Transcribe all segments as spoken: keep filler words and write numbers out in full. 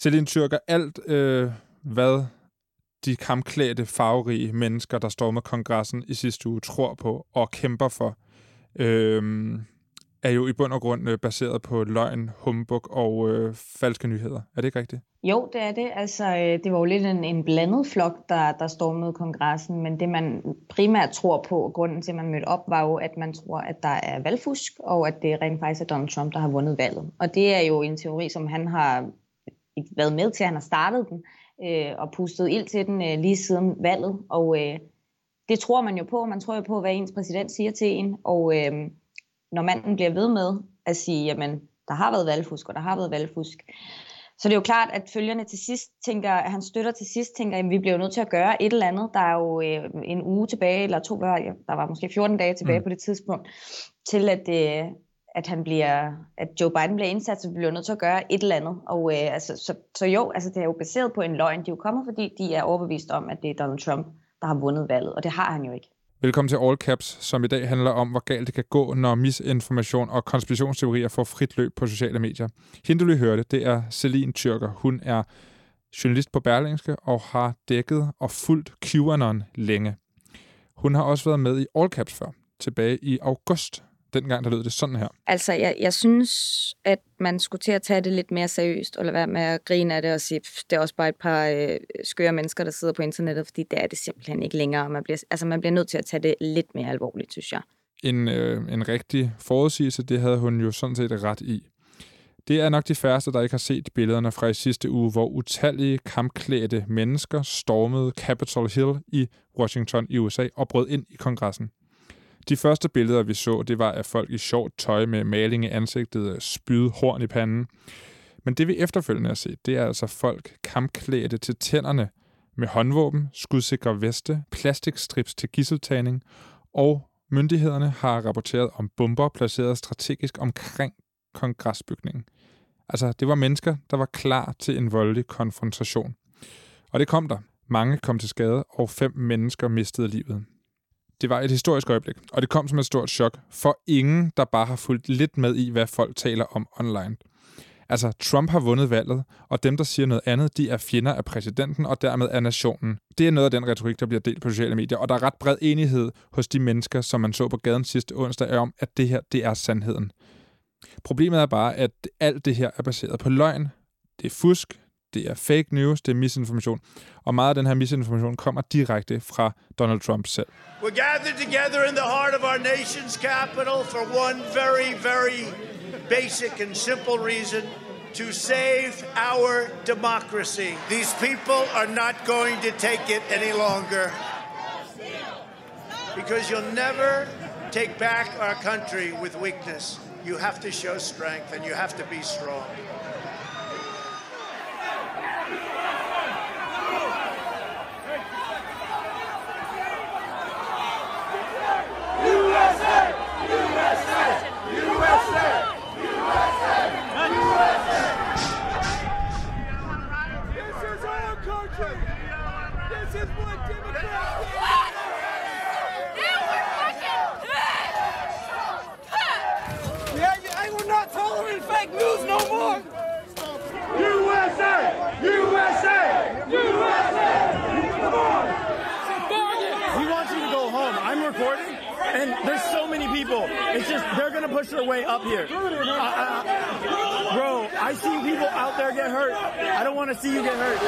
Celine Tyrker, alt øh, hvad de kampklædte, farverige mennesker, der stormede kongressen i sidste uge, tror på og kæmper for, øh, er jo i bund og grund øh, baseret på løgn, humbug og øh, falske nyheder. Er det ikke rigtigt? Jo, det er det. Altså, øh, det var jo lidt en, en blandet flok, der, der stormede kongressen, men det man primært tror på, og grunden til, at man mødte op, var jo, at man tror, at der er valgfusk, og at det rent faktisk er Donald Trump, der har vundet valget. Og det er jo en teori, som han har været med til, han har startet den, øh, og pustet ild til den øh, lige siden valget, og øh, det tror man jo på. Man tror jo på, hvad ens præsident siger til en, og øh, når manden bliver ved med at sige, jamen, der har været valgfusk, og der har været valgfusk, så det er jo klart, at følgerne til sidst tænker, at han støtter til sidst, tænker, at vi bliver jo nødt til at gøre et eller andet. Der er jo øh, en uge tilbage, eller to, der var måske fjorten dage tilbage mm. på det tidspunkt, til at, øh, at, han bliver, at Joe Biden bliver indsat, så vi bliver nødt til at gøre et eller andet. Og, øh, altså, så, så jo, altså, det er jo baseret på en løgn. De er jo kommet, fordi de er overbevist om, at det er Donald Trump, der har vundet valget, og det har han jo ikke. Velkommen til All Caps, som i dag handler om, hvor galt det kan gå, når misinformation og konspirationsteorier får frit løb på sociale medier. Hende, du lige hørte, det er Celine Tyrker. Hun er journalist på Berlingske og har dækket og fulgt QAnon længe. Hun har også været med i All Caps før, tilbage i august. Dengang der lød det sådan her. Altså, jeg, jeg synes, at man skulle til at tage det lidt mere seriøst, og lade være med at grine af det og sige, det er også bare et par øh, skøre mennesker, der sidder på internettet, fordi det er det simpelthen ikke længere. Man bliver, altså, man bliver nødt til at tage det lidt mere alvorligt, synes jeg. En, øh, en rigtig forudsigelse, det havde hun jo sådan set ret i. Det er nok de færreste, der ikke har set billederne fra i sidste uge, hvor utallige kampklædte mennesker stormede Capitol Hill i Washington i U S A og brød ind i kongressen. De første billeder, vi så, det var af folk i sjovt tøj med maling i ansigtet, spyd, horn i panden. Men det vi efterfølgende har set, det er altså folk kampklædte til tænderne med håndvåben, skudsikre veste, plastikstrips til gidseltagning, og myndighederne har rapporteret om bomber placeret strategisk omkring kongresbygningen. Altså, det var mennesker, der var klar til en voldelig konfrontation. Og det kom der. Mange kom til skade, og fem mennesker mistede livet. Det var et historisk øjeblik, og det kom som et stort chok for ingen, der bare har fulgt lidt med i, hvad folk taler om online. Altså, Trump har vundet valget, og dem, der siger noget andet, de er fjender af præsidenten og dermed af nationen. Det er noget af den retorik, der bliver delt på sociale medier, og der er ret bred enighed hos de mennesker, som man så på gaden sidste onsdag, om, at det her, det er sandheden. Problemet er bare, at alt det her er baseret på løgn. Det er fusk. Det er fake news, det er misinformation. Og meget af den her misinformation kommer direkte fra Donald Trump selv. We're gathered together in the heart of our nation's capital for one very, very basic and simple reason: to save our democracy. These people are not going to take it any longer. Because you'll never take back our country with weakness. You have to show strength and you have to be strong. Fake news no more. U S A! U S A! U S A! Come on! We want you to go home. I'm recording, and there's so many people. It's just, they're going to push their way up here. Uh, uh, bro, I see people out there get hurt. I don't want to see you get hurt.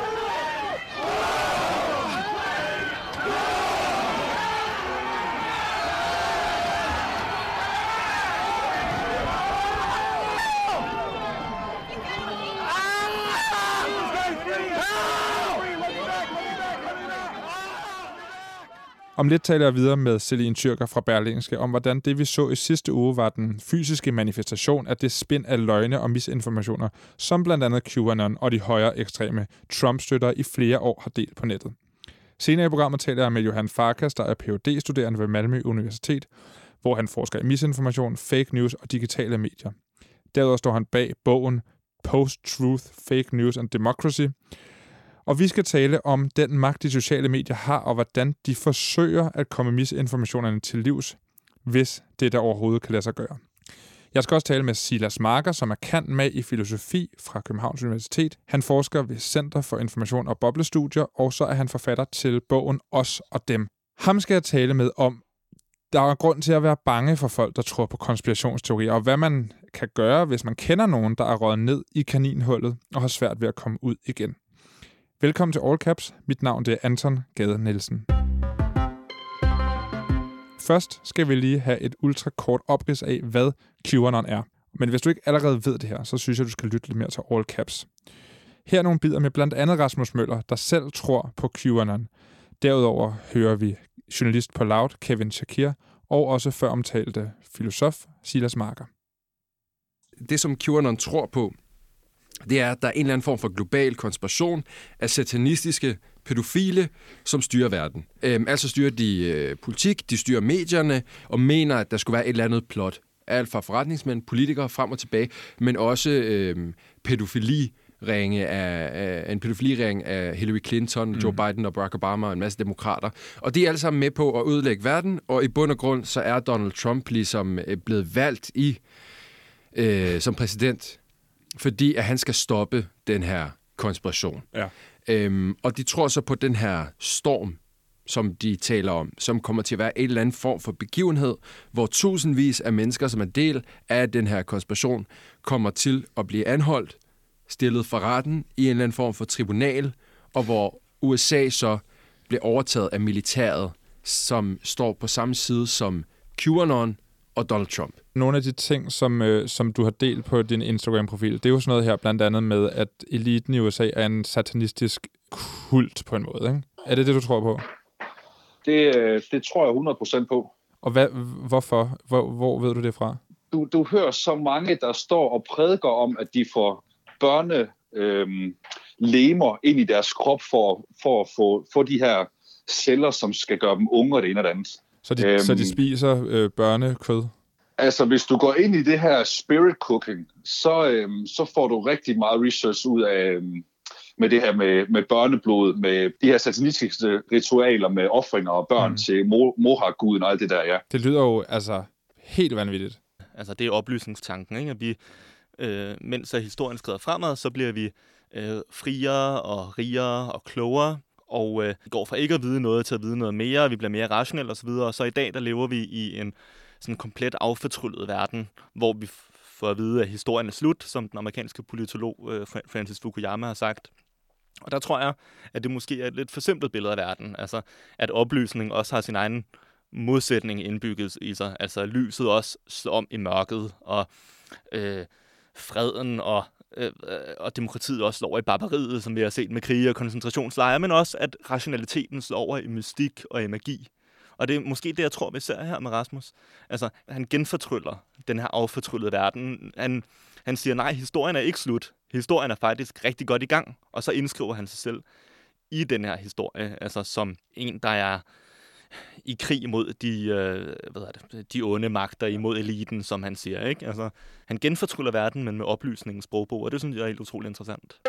Om lidt taler jeg videre med Celine Tyrker fra Berlingske om, hvordan det, vi så i sidste uge, var den fysiske manifestation af det spind af løgne og misinformationer, som blandt andet QAnon og de højere ekstreme Trump-støttere i flere år har delt på nettet. Senere i programmet taler jeg med Johan Farkas, der er P H D-studerende ved Malmø Universitet, hvor han forsker i misinformation, fake news og digitale medier. Derudover står han bag bogen Post-Truth, Fake News and Democracy. Og vi skal tale om den magt, de sociale medier har, og hvordan de forsøger at komme misinformationerne til livs, hvis det der overhovedet kan lade sig gøre. Jeg skal også tale med Silas Marker, som er cand. Mag. i filosofi fra Københavns Universitet. Han forsker ved Center for Information og Boblestudier, og så er han forfatter til bogen Os og Dem. Ham skal jeg tale med om, der er grund til at være bange for folk, der tror på konspirationsteorier, og hvad man kan gøre, hvis man kender nogen, der er røget ned i kaninhullet og har svært ved at komme ud igen. Velkommen til All Caps. Mit navn det er Anton Gade Nielsen. Først skal vi lige have et ultrakort oprids af, hvad QAnon er. Men hvis du ikke allerede ved det her, så synes jeg, du skal lytte lidt mere til All Caps. Her er nogle bidder med blandt andet Rasmus Møller, der selv tror på QAnon. Derudover hører vi journalist på Loud, Kevin Shakir, og også før omtalte filosof Silas Marker. Det, som QAnon tror på, det er, at der er en eller anden form for global konspiration af satanistiske pædofile, som styrer verden. Øhm, altså styrer de øh, politik, de styrer medierne, og mener, at der skulle være et eller andet plot. Alt fra forretningsmænd, politikere, frem og tilbage, men også øh, pædofili-ringe af, af, en pædofili-ring af Hillary Clinton, mm. Joe Biden og Barack Obama og en masse demokrater. Og de er alle sammen med på at ødelægge verden, og i bund og grund, så er Donald Trump ligesom blevet valgt i øh, som præsident, fordi at han skal stoppe den her konspiration. Ja. Øhm, og de tror så på den her storm, som de taler om, som kommer til at være en eller anden form for begivenhed, hvor tusindvis af mennesker, som er del af den her konspiration, kommer til at blive anholdt, stillet for retten i en eller anden form for tribunal, og hvor U S A så bliver overtaget af militæret, som står på samme side som QAnon og Donald Trump. Nogle af de ting, som, øh, som du har delt på din Instagram-profil, det er jo sådan noget her, blandt andet med, at eliten i U S A er en satanistisk kult på en måde, ikke? Er det det, du tror på? Det, det tror jeg hundrede procent på. Og hvad, hvorfor? Hvor, hvor ved du det fra? Du, du hører så mange, der står og prædiker om, at de får børne øhm, lemer ind i deres krop for, for at få, få de her celler, som skal gøre dem unge og det ene og det andet. Så de, øhm, så de spiser øh, børnekød? Altså, hvis du går ind i det her spirit cooking, så, øhm, så får du rigtig meget research ud af øhm, med det her med, med børneblod, med de her satanistiske ritualer med ofringer og børn mm. til Mohak-guden og alt det der, ja. Det lyder jo altså helt vanvittigt. Altså, det er oplysningstanken, ikke? At vi, øh, mens historien skrider fremad, så bliver vi øh, friere og rigere og klogere, og øh, går fra ikke at vide noget til at vide noget mere, vi bliver mere rationelle osv., og så i dag, der lever vi i en sådan komplet affortryllet verden, hvor vi får at vide, at historien er slut, som den amerikanske politolog øh, Francis Fukuyama har sagt. Og der tror jeg, at det måske er et lidt forsimplet billede af verden. Altså, at oplysning også har sin egen modsætning indbygget i sig. Altså, lyset også slår om i mørket, og øh, freden og, øh, og demokratiet også slår over i barbariet, som vi har set med krige og koncentrationslejre, men også, at rationaliteten slår over i mystik og i magi. Og det er måske det, jeg tror, vi ser her med Rasmus. Altså, han genfortryller den her affortryllede verden. Han, han siger, nej, historien er ikke slut. Historien er faktisk rigtig godt i gang. Og så indskriver han sig selv i den her historie, altså som en, der er i krig mod de, øh, hvad er det, de onde magter, imod eliten, som han siger. Ikke? Altså, han genfortryller verden, men med oplysningens sprogbog, og det synes jeg er helt utroligt interessant.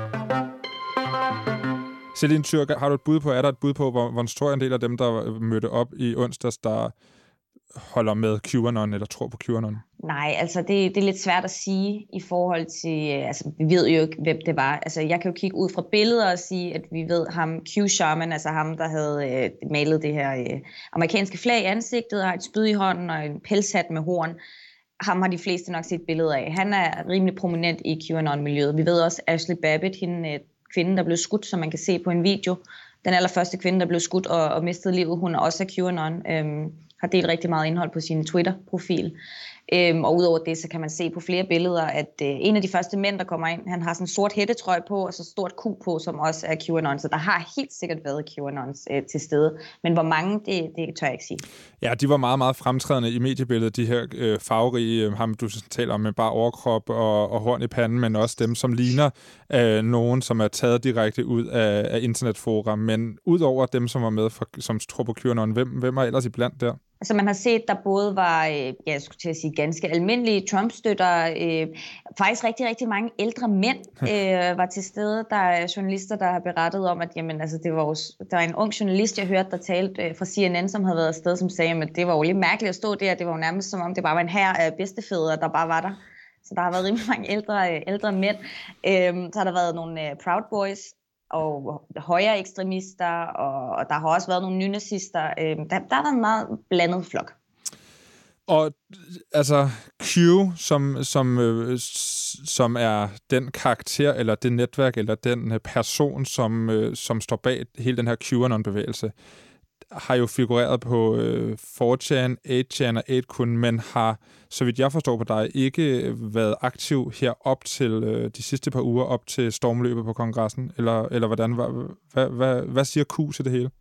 Celine Tyrker, har du et bud på, er der et bud på, hvor, hvor stor en del af dem, der mødte op i onsdags, der holder med QAnon eller tror på QAnon? Nej, altså det, det er lidt svært at sige i forhold til, altså vi ved jo ikke, hvem det var. Altså jeg kan jo kigge ud fra billeder og sige, at vi ved ham, Q-Shaman, altså ham, der havde øh, malet det her øh, amerikanske flag i ansigtet, og har et spyd i hånden og en pelshat med horn. Ham har de fleste nok set billeder af. Han er rimelig prominent i QAnon-miljøet. Vi ved også, Ashley Babbitt, hende øh, kvinden, der blev skudt, som man kan se på en video. Den allerførste kvinde, der blev skudt og, og mistede livet, hun er også af QAnon. Øhm, har delt rigtig meget indhold på sin Twitter-profil. Øhm, og udover det, så kan man se på flere billeder, at øh, en af de første mænd, der kommer ind, han har sådan en sort hættetrøje på, og så stort Q på, som også er QAnon. Så der har helt sikkert været QAnons øh, til stede. Men hvor mange, det, det tør jeg ikke sige. Ja, de var meget, meget fremtrædende i mediebilledet, de her øh, farverige, øh, ham du taler om med bare overkrop og, og horn i panden, men også dem, som ligner øh, nogen, som er taget direkte ud af, af internetfora. Men udover dem, som var med, for, som tror på QAnon, hvem, hvem er ellers iblandt der? Altså man har set, der både var, øh, jeg skulle til at sige, ganske almindelige Trump-støtter, øh, faktisk rigtig, rigtig mange ældre mænd øh, var til stede. Der er journalister, der har berettet om, at jamen, altså, det var jo, der var en ung journalist, jeg hørte, der talte øh, fra C N N, som havde været afsted, som sagde, at det var jo lidt mærkeligt at stå der. Det var jo nærmest som om, det bare var en hær af bedstefædre, der bare var der. Så der har været rimelig mange ældre, øh, ældre mænd. Øh, så har der været nogle øh, Proud Boys og højre ekstremister, og, og der har også været nogle nynazister. Øh, der, der har været en meget blandet flok. Og altså Q, som, som, øh, som er den karakter, eller det netværk, eller den person, som, øh, som står bag hele den her QAnon-bevægelse, har jo figureret på øh, four chan, eight chan og eight kun, men har, så vidt jeg forstår på dig, ikke været aktiv her op til øh, de sidste par uger, op til stormløbet på kongressen, eller, eller hvordan? Hvad, hvad, hvad, hvad siger Q til det hele?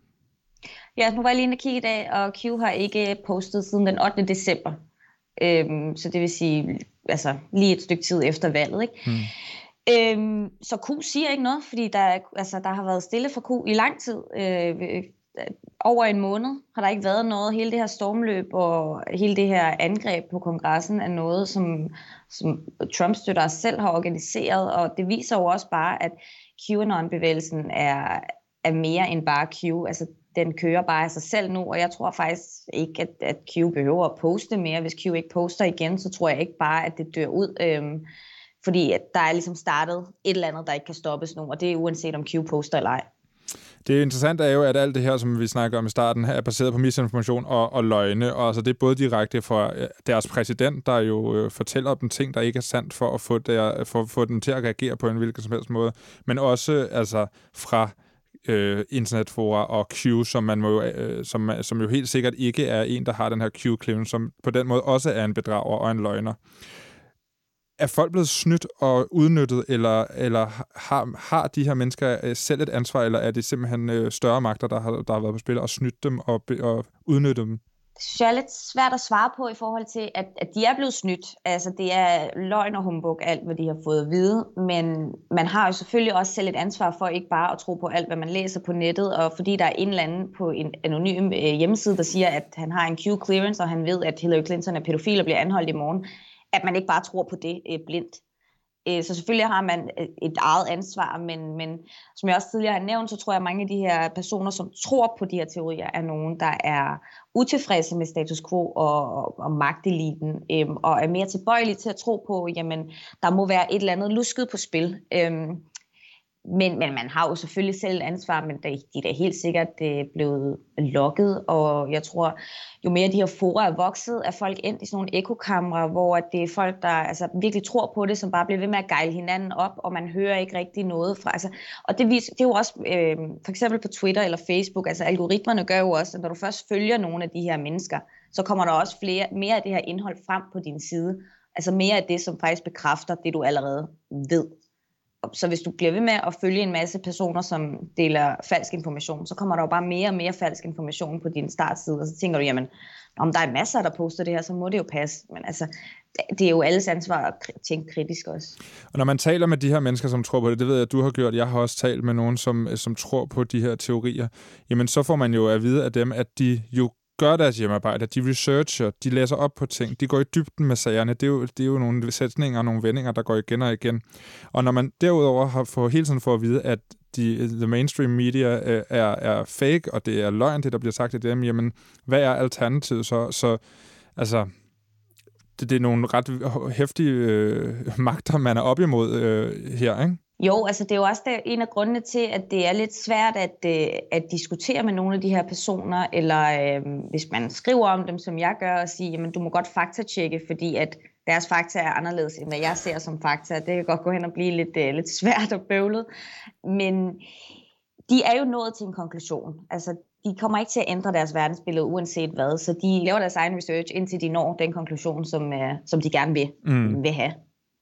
Ja, nu var jeg lige inde og kigge i dag, og Q har ikke postet siden den ottende december. Øhm, så det vil sige, altså lige et stykke tid efter valget, ikke? Hmm. Øhm, så Q siger ikke noget, fordi der, altså, der har været stille for Q i lang tid. Øh, over en måned har der ikke været noget. Hele det her stormløb og hele det her angreb på kongressen er noget, som, som Trump-støttere selv har organiseret, og det viser jo også bare, at QAnon-bevægelsen er, er mere end bare Q. Altså, den kører bare af sig selv nu, og jeg tror faktisk ikke, at, at Q behøver at poste mere. Hvis Q ikke poster igen, så tror jeg ikke bare, at det dør ud, øhm, fordi at der er ligesom startet et eller andet, der ikke kan stoppes nu, og det er uanset om Q poster eller ej. Det interessante er jo, at alt det her, som vi snakker om i starten, er baseret på misinformation og, og løgne, og altså det er både direkte fra deres præsident, der jo øh, fortæller dem ting, der ikke er sandt, for at få, der, for at få dem til at reagere på en hvilken som helst måde, men også altså fra Øh, internetfora og Q, som man må, øh, som, som jo helt sikkert ikke er en, der har den her Q-clearance, som på den måde også er en bedrager og en løgner. Er folk blevet snydt og udnyttet, eller, eller har, har de her mennesker selv et ansvar, eller er det simpelthen øh, større magter, der har, der har været på spil, og snydt dem og, og udnyttet dem? Det synes jeg er lidt svært at svare på i forhold til, at, at de er blevet snydt. Altså, det er løgn og humbug, alt hvad de har fået at vide, men man har jo selvfølgelig også selv et ansvar for ikke bare at tro på alt, hvad man læser på nettet, og fordi der er en eller anden på en anonym øh, hjemmeside, der siger, at han har en Q-clearance, og han ved, at Hillary Clinton er pædofil og bliver anholdt i morgen, at man ikke bare tror på det øh, blindt. Så selvfølgelig har man et eget ansvar, men, men som jeg også tidligere har nævnt, så tror jeg, at mange af de her personer, som tror på de her teorier, er nogen, der er utilfredse med status quo og, og, og magteliten, øhm, og er mere tilbøjelige til at tro på, jamen, der må være et eller andet lusket på spil. Øhm, men, men man har jo selvfølgelig selv ansvar, men de er da helt sikkert øh, blevet lukket, og jeg tror, jo mere de her fora er vokset, er folk endt i sådan nogle ekokamre, hvor det er folk, der altså, virkelig tror på det, som bare bliver ved med at gejle hinanden op, og man hører ikke rigtig noget fra. Altså, og det, viser, det er jo også, øh, for eksempel på Twitter eller Facebook, altså algoritmerne gør jo også, at når du først følger nogle af de her mennesker, så kommer der også flere, mere af det her indhold frem på din side. Altså mere af det, som faktisk bekræfter det, du allerede ved. Så hvis du bliver ved med at følge en masse personer, som deler falsk information, så kommer der jo bare mere og mere falsk information på din startside, og så tænker du, jamen, om der er masser, der poster det her, så må det jo passe. Men altså, det er jo alles ansvar at tænke kritisk også. Og når man taler med de her mennesker, som tror på det, det ved jeg, at du har gjort, jeg har også talt med nogen, som, som tror på de her teorier, jamen så får man jo at vide af dem, at de jo gør deres hjemmearbejde, de researcher, de læser op på ting, de går i dybden med sagerne. Det er jo, det er jo nogle sætninger og nogle vendinger, der går igen og igen. Og når man derudover har fået hele tiden for at vide, at de, the mainstream media er, er fake, og det er løgn, det der bliver sagt til dem, jamen, hvad er alternativet så? Så altså, det, det er nogle ret heftige øh, magter, man er op imod øh, her, ikke? Jo, altså det er jo også der, en af grundene til, at det er lidt svært at, at diskutere med nogle af de her personer, eller øh, hvis man skriver om dem, som jeg gør, og sige, jamen du må godt faktatjekke, fordi at deres fakta er anderledes, end hvad jeg ser som fakta. Det kan godt gå hen og blive lidt, øh, lidt svært og bøvlet. Men de er jo nået til en konklusion. Altså de kommer ikke til at ændre deres verdensbillede uanset hvad, så de laver deres egen research, indtil de når den konklusion, som, øh, som de gerne vil, mm. vil have.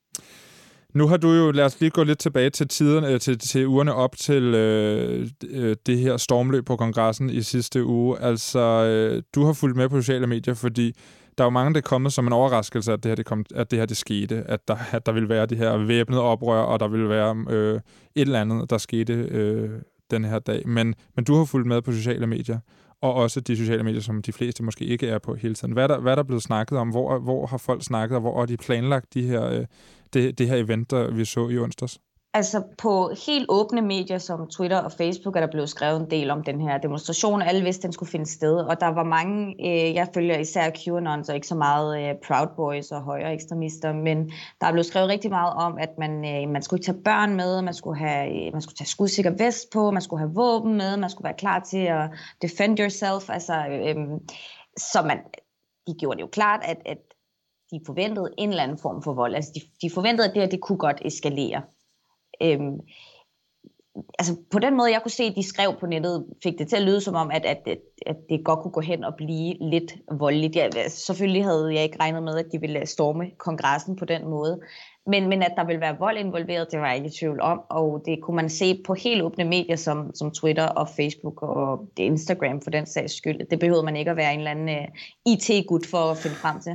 Nu har du jo, lad os lige gå lidt tilbage til tiderne, til, til ugerne op til øh, det her stormløb på kongressen i sidste uge. Altså, øh, du har fulgt med på sociale medier, fordi der er jo mange, der er kommet som en overraskelse, at det her, det, kom, at det, her, det skete. At der, at der ville være det her væbnede oprør, og der ville være øh, et eller andet, der skete øh, den her dag. Men, men du har fulgt med på sociale medier, og også de sociale medier, som de fleste måske ikke er på hele tiden. Hvad er der, hvad er der blevet snakket om? Hvor, hvor har folk snakket, og hvor har de planlagt de her, øh, det, det her event, der vi så i onsdags? Altså på helt åbne medier som Twitter og Facebook er der blevet skrevet en del om den her demonstration. Alle vidste, den skulle finde sted, og der var mange, øh, jeg følger især QAnon, så ikke så meget øh, Proud Boys og højre ekstremister, men der er blevet skrevet rigtig meget om, at man, øh, man skulle tage børn med, man skulle, have, man skulle tage skudsikker vest på, man skulle have våben med, man skulle være klar til at defend yourself. Altså, øh, så man, de gjorde det jo klart, at, at de forventede en eller anden form for vold. Altså de, de forventede, at det her det kunne godt eskalere. Øhm, altså på den måde, jeg kunne se, at de skrev på nettet, fik det til at lyde som om, at, at, at, at det godt kunne gå hen og blive lidt voldeligt. Jeg, selvfølgelig havde jeg ikke regnet med, at de ville storme kongressen på den måde, men, men at der ville være vold involveret, det var jeg ikke i tvivl om, og det kunne man se på helt åbne medier som, som Twitter og Facebook og Instagram for den sags skyld. Det behøvede man ikke at være en eller anden uh, I T-gut for at finde frem til.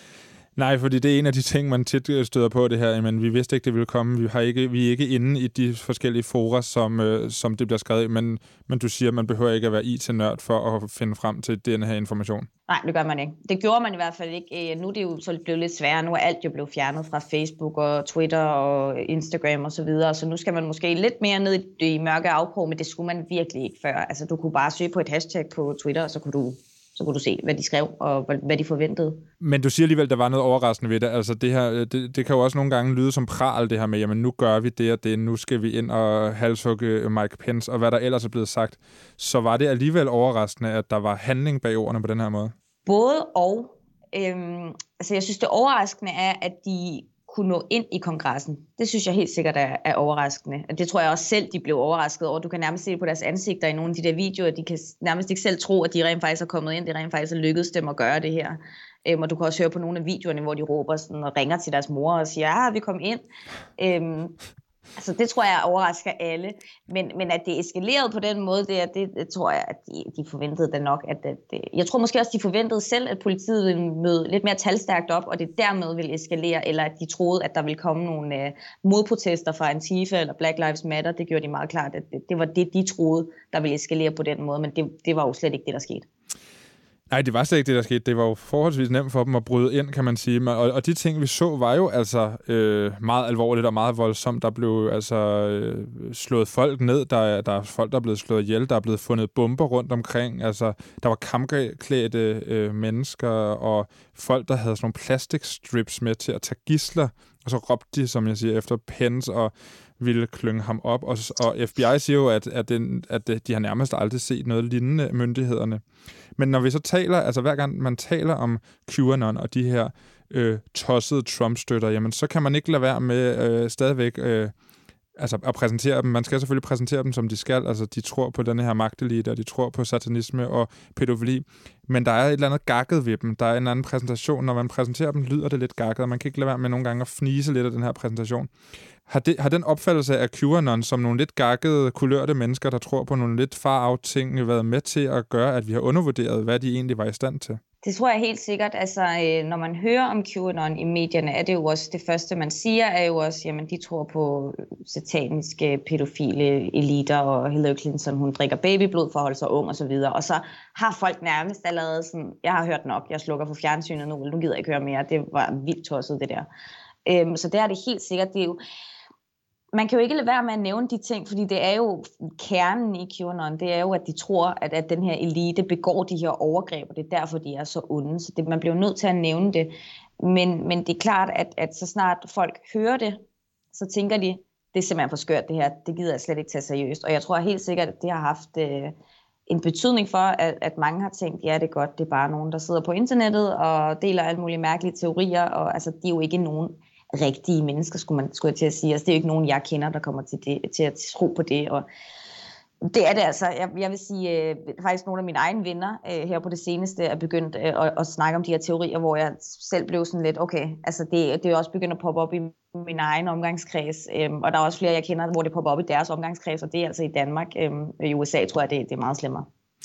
Nej, fordi det er en af de ting, man tit støder på det her, men vi vidste ikke, det ville komme. Vi, har ikke, vi er ikke inde i de forskellige fora, som, øh, som det bliver skrevet i, men, men du siger, at man behøver ikke at være I T-nørd for at finde frem til den her information. Nej, det gør man ikke. Det gjorde man i hvert fald ikke. Nu er det jo så blevet lidt sværere. Nu er alt jo blevet fjernet fra Facebook og Twitter og Instagram og så videre, så nu skal man måske lidt mere ned i de mørke afkrog, men det skulle man virkelig ikke før. Altså, du kunne bare søge på et hashtag på Twitter, og så kunne du så kunne du se, hvad de skrev, og hvad de forventede. Men du siger alligevel, at der var noget overraskende ved det. Altså det her, det, det kan jo også nogle gange lyde som pral, det her med, jamen nu gør vi det og det, nu skal vi ind og halshugge Mike Pence, og hvad der ellers er blevet sagt. Så var det alligevel overraskende, at der var handling bag ordene på den her måde? Både og. Øhm, altså jeg synes, det overraskende er, at de kunne nå ind i kongressen. Det synes jeg helt sikkert er, er overraskende. Det tror jeg også selv, de blev overrasket over. Du kan nærmest se det på deres ansigter i nogle af de der videoer. De kan nærmest ikke selv tro, at de rent faktisk er kommet ind. Det rent faktisk er lykkedes dem at gøre det her. Øhm, og du kan også høre på nogle af videoerne, hvor de råber sådan, og ringer til deres mor og siger, ja, vi kom ind. Øhm, altså det tror jeg overrasker alle. Men, men at det eskalerede på den måde, det, det, det tror jeg, at de, de forventede da nok. At, at, jeg tror måske også, de forventede selv, at politiet ville møde lidt mere talstærkt op, og det dermed ville eskalere, eller at de troede, at der ville komme nogle øh, modprotester fra Antifa eller Black Lives Matter. Det gjorde de meget klart, at det, det var det, de troede, der ville eskalere på den måde, men det, det var jo slet ikke det, der skete. Nej, det var slet ikke det, der skete. Det var jo forholdsvis nemt for dem at bryde ind, kan man sige. Og, og de ting, vi så, var jo altså øh, meget alvorligt og meget voldsomt. Der blev altså øh, slået folk ned. Der, der er folk, der er blevet slået ihjel. Der er blevet fundet bomber rundt omkring. Altså, der var kampklædte øh, mennesker og folk, der havde sådan nogle plastikstrips med til at tage gidsler. Og så råbte de, som jeg siger, efter Pence og ville klynge ham op. Og, og F B I siger jo, at, at, den, at de har nærmest aldrig set noget lignende myndighederne. Men når vi så taler, altså hver gang man taler om QAnon og de her øh, tossede Trump-støtter, jamen så kan man ikke lade være med øh, stadigvæk øh, altså at præsentere dem. Man skal selvfølgelig præsentere dem, som de skal. Altså de tror på den her magtelite, og de tror på satanisme og pædofili. Men der er et eller andet gakket ved dem. Der er en anden præsentation. Når man præsenterer dem, lyder det lidt gakket, og man kan ikke lade være med nogle gange at fnise lidt af den her præsentation. Har, det, har den opfattelse af QAnon som nogle lidt gakkede, kulørte mennesker, der tror på nogle lidt far-out ting, været med til at gøre, at vi har undervurderet, hvad de egentlig var i stand til? Det tror jeg helt sikkert. Altså, når man hører om QAnon i medierne, er det jo også det første, man siger, er jo også, jamen, de tror på sataniske, pædofile eliter, og Hillary Clinton, hun drikker babyblod for at holde sig ung og så videre. Og så har folk nærmest allerede sådan, jeg har hørt nok, jeg slukker for fjernsynet nu, nu gider jeg ikke høre mere, det var vildt tosset det der. Øhm, så det er det helt sikkert. Det er jo, man kan jo ikke lade være med at nævne de ting, fordi det er jo kernen i QAnon, det er jo, at de tror, at, at den her elite begår de her overgreb, og det er derfor, de er så onde. Så det, man bliver nødt til at nævne det. Men, men det er klart, at, at så snart folk hører det, så tænker de, det er simpelthen for skørt det her, det gider jeg slet ikke tage seriøst. Og jeg tror helt sikkert, at det har haft øh, en betydning for, at, at mange har tænkt, ja, det er godt, det er bare nogen, der sidder på internettet og deler alle mulige mærkelige teorier, og altså, de er jo ikke nogen rigtige mennesker, skulle man skulle jeg til at sige. Altså, det er jo ikke nogen, jeg kender, der kommer til, det, til at tro på det. Og det er det altså. Jeg, jeg vil sige, øh, faktisk nogle af mine egne venner øh, her på det seneste er begyndt øh, at, at snakke om de her teorier, hvor jeg selv blev sådan lidt, okay, altså det, det er også begyndt at poppe op i min egen omgangskreds. Øh, og der er også flere, jeg kender, hvor det popper op i deres omgangskreds, og det er altså i Danmark. Øh, I U S A tror jeg, det, det er meget slemmere.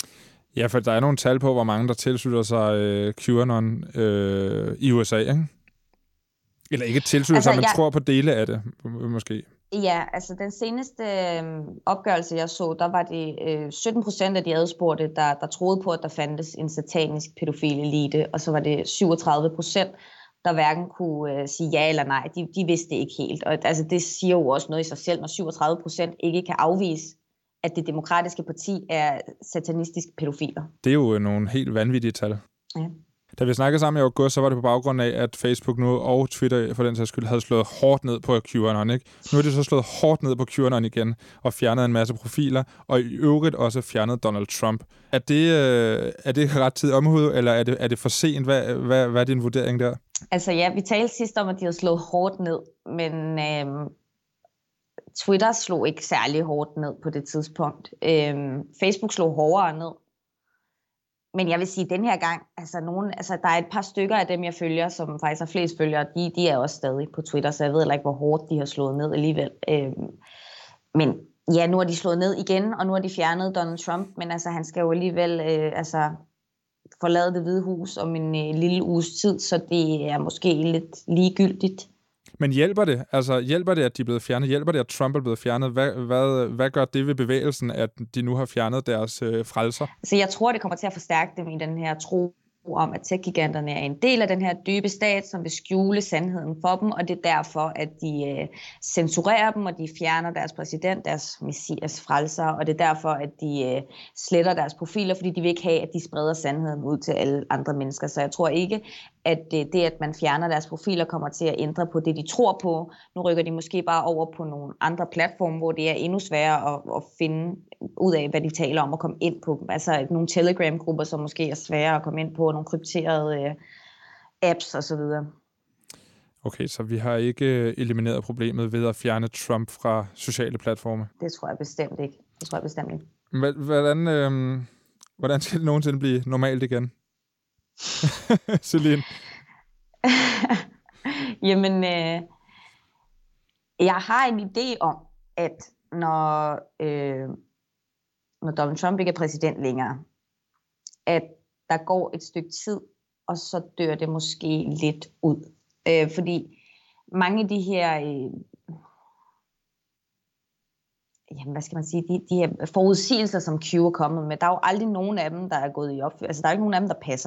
Ja, for der er nogle tal på, hvor mange der tilslutter sig øh, QAnon øh, i U S A, ikke? Eller ikke tilslutter altså, sig, men jeg tror på dele af det, måske. Ja, altså den seneste øh, opgørelse, jeg så, der var det øh, sytten procent af de adspurgte, der, der troede på, at der fandtes en satanisk pædofil elite, og så var det syvogtredive procent, der hverken kunne øh, sige ja eller nej. De, de vidste det ikke helt. Og altså, det siger jo også noget i sig selv, når syvogtredive procent ikke kan afvise, at det demokratiske parti er satanistiske pædofiler. Det er jo nogle helt vanvittige tal. Ja. Da vi snakkede sammen i august, så var det på baggrund af, at Facebook nu og Twitter for den sags skyld havde slået hårdt ned på QAnon, ikke? Nu har de så slået hårdt ned på QAnon igen og fjernet en masse profiler, og i øvrigt også fjernet Donald Trump. Er det, øh, er det ret tid omhud, eller er det, er det for sent? Hvad, hvad, hvad er din vurdering der? Altså ja, vi talte sidst om, at de havde slået hårdt ned, men øh, Twitter slog ikke særlig hårdt ned på det tidspunkt. Øh, Facebook slog hårdere ned. Men jeg vil sige, at den her gang, altså, nogen, altså der er et par stykker af dem, jeg følger, som faktisk har flest følgere, de, de er også stadig på Twitter, så jeg ved heller ikke, hvor hårdt de har slået ned alligevel. Øhm, men ja, nu har de slået ned igen, og nu har de fjernet Donald Trump, men altså, han skal jo alligevel øh, altså, forlade Det Hvide Hus om en øh, lille uges tid, så det er måske lidt ligegyldigt. Men hjælper det? Altså, hjælper det, at de er blevet fjernet? Hjælper det, at Trump er blevet fjernet? Hvad, hvad, hvad gør det ved bevægelsen, at de nu har fjernet deres øh, frelser? Altså, jeg tror, det kommer til at forstærke dem i den her tro om, at tech-giganterne er en del af den her dybe stat, som vil skjule sandheden for dem, og det er derfor, at de øh, censurerer dem, og de fjerner deres præsident, deres messias frelser, og det er derfor, at de øh, sletter deres profiler, fordi de vil ikke have, at de spreder sandheden ud til alle andre mennesker. Så jeg tror ikke, at øh, det, at man fjerner deres profiler, kommer til at ændre på det, de tror på. Nu rykker de måske bare over på nogle andre platforme, hvor det er endnu sværere at, at finde ud af, hvad de taler om, og komme ind på. Altså nogle Telegram-grupper, som måske er svære at komme ind på, nogle krypterede øh, apps osv. Okay, så vi har ikke elimineret problemet ved at fjerne Trump fra sociale platforme? Det tror jeg bestemt ikke. Det tror jeg bestemt ikke. Hvordan, øh, hvordan skal det nogensinde blive normalt igen? Celine? Jamen, øh, jeg har en idé om, at når, øh, når Donald Trump ikke er præsident længere, at der går et stykke tid, og så dør det måske lidt ud. Øh, fordi mange af de her, øh, jamen, hvad skal man sige, de, de her forudsigelser, som Q er kommet med, der er jo aldrig nogen af dem, der er gået i opfyldelse. Altså, der er ikke nogen af dem, der passer.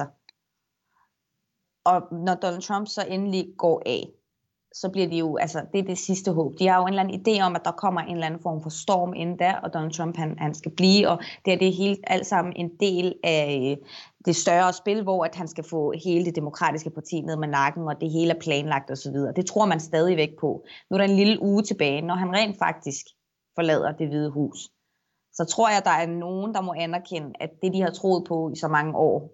Og når Donald Trump så endelig går af, så bliver de jo, altså det er det sidste håb. De har jo en eller anden idé om, at der kommer en eller anden form for storm inden da, og Donald Trump han, han skal blive, og det er det helt alt sammen en del af det større spil, hvor at han skal få hele det demokratiske parti ned med nakken, og det hele er planlagt osv. Det tror man stadigvæk på. Nu er der en lille uge tilbage, når han rent faktisk forlader Det Hvide Hus. Så tror jeg, der er nogen, der må anerkende, at det, de har troet på i så mange år,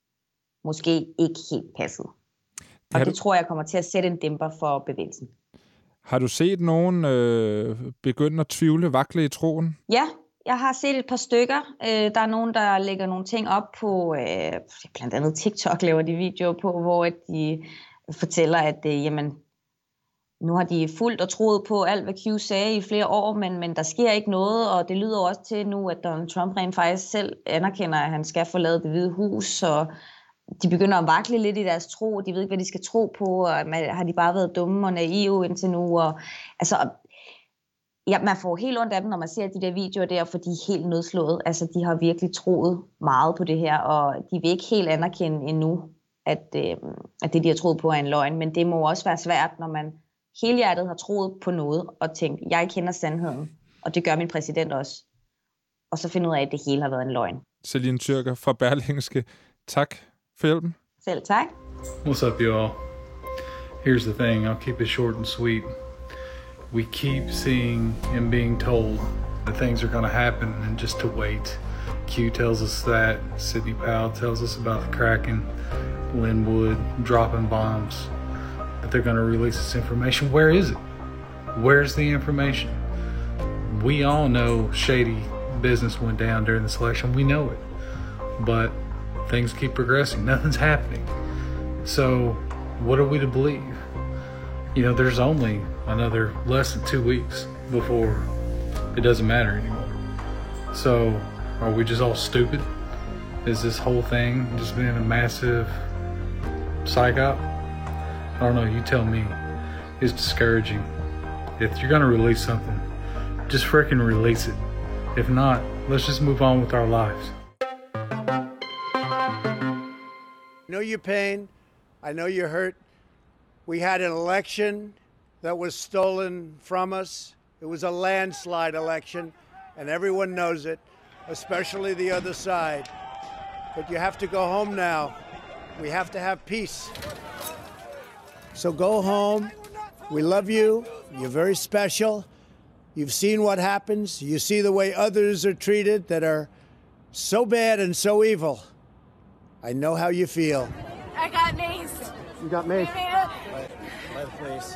måske ikke helt passet. Og det du... tror jeg kommer til at sætte en dæmper for bevægelsen. Har du set nogen øh, begynde at tvivle, vakle i troen? Ja, jeg har set et par stykker. Øh, der er nogen, der lægger nogle ting op på, øh, blandt andet TikTok laver de videoer på, hvor de fortæller, at øh, jamen, nu har de fulgt og troet på alt, hvad Q sagde i flere år, men, men der sker ikke noget, og det lyder også til nu, at Donald Trump rent faktisk selv anerkender, at han skal forlade Det Hvide Hus, og de begynder at vakle lidt i deres tro, de ved ikke, hvad de skal tro på, og har de bare været dumme og naive indtil nu, og altså, ja, man får helt ondt af dem, når man ser de der videoer der, for de er helt nødslået, altså de har virkelig troet meget på det her, og de vil ikke helt anerkende endnu, at, øh, at det, de har troet på, er en løgn, men det må også være svært, når man helhjertet har troet på noget, og tænkt, jeg kender sandheden, og det gør min præsident også, og så finde ud af, at det hele har været en løgn. Celine Tyrker fra Berlingske, tak for hjælpen. Selv tak. What's up, y'all? Here's the thing, I'll keep it short and sweet. We keep seeing and being told that things are going to happen and just to wait. Q tells us that, Sidney Powell tells us about the Kraken, Linwood dropping bombs, that they're going to release this information. Where is it? Where's the information? We all know shady business went down during this election. We know it. But things keep progressing. Nothing's happening. So what are we to believe? You know, there's only another less than two weeks before it doesn't matter anymore. So are we just all stupid? Is this whole thing just been a massive psyop? I don't know, you tell me. It's discouraging. If you're going to release something, just freaking release it. If not, let's just move on with our lives. I know your pain. I know you're hurt. We had an election that was stolen from us. It was a landslide election, and everyone knows it, especially the other side. But you have to go home now. We have to have peace. So go home. We love you. You're very special. You've seen what happens. You see the way others are treated that are so bad and so evil. I know how you feel. I got maced. You got maced? Please.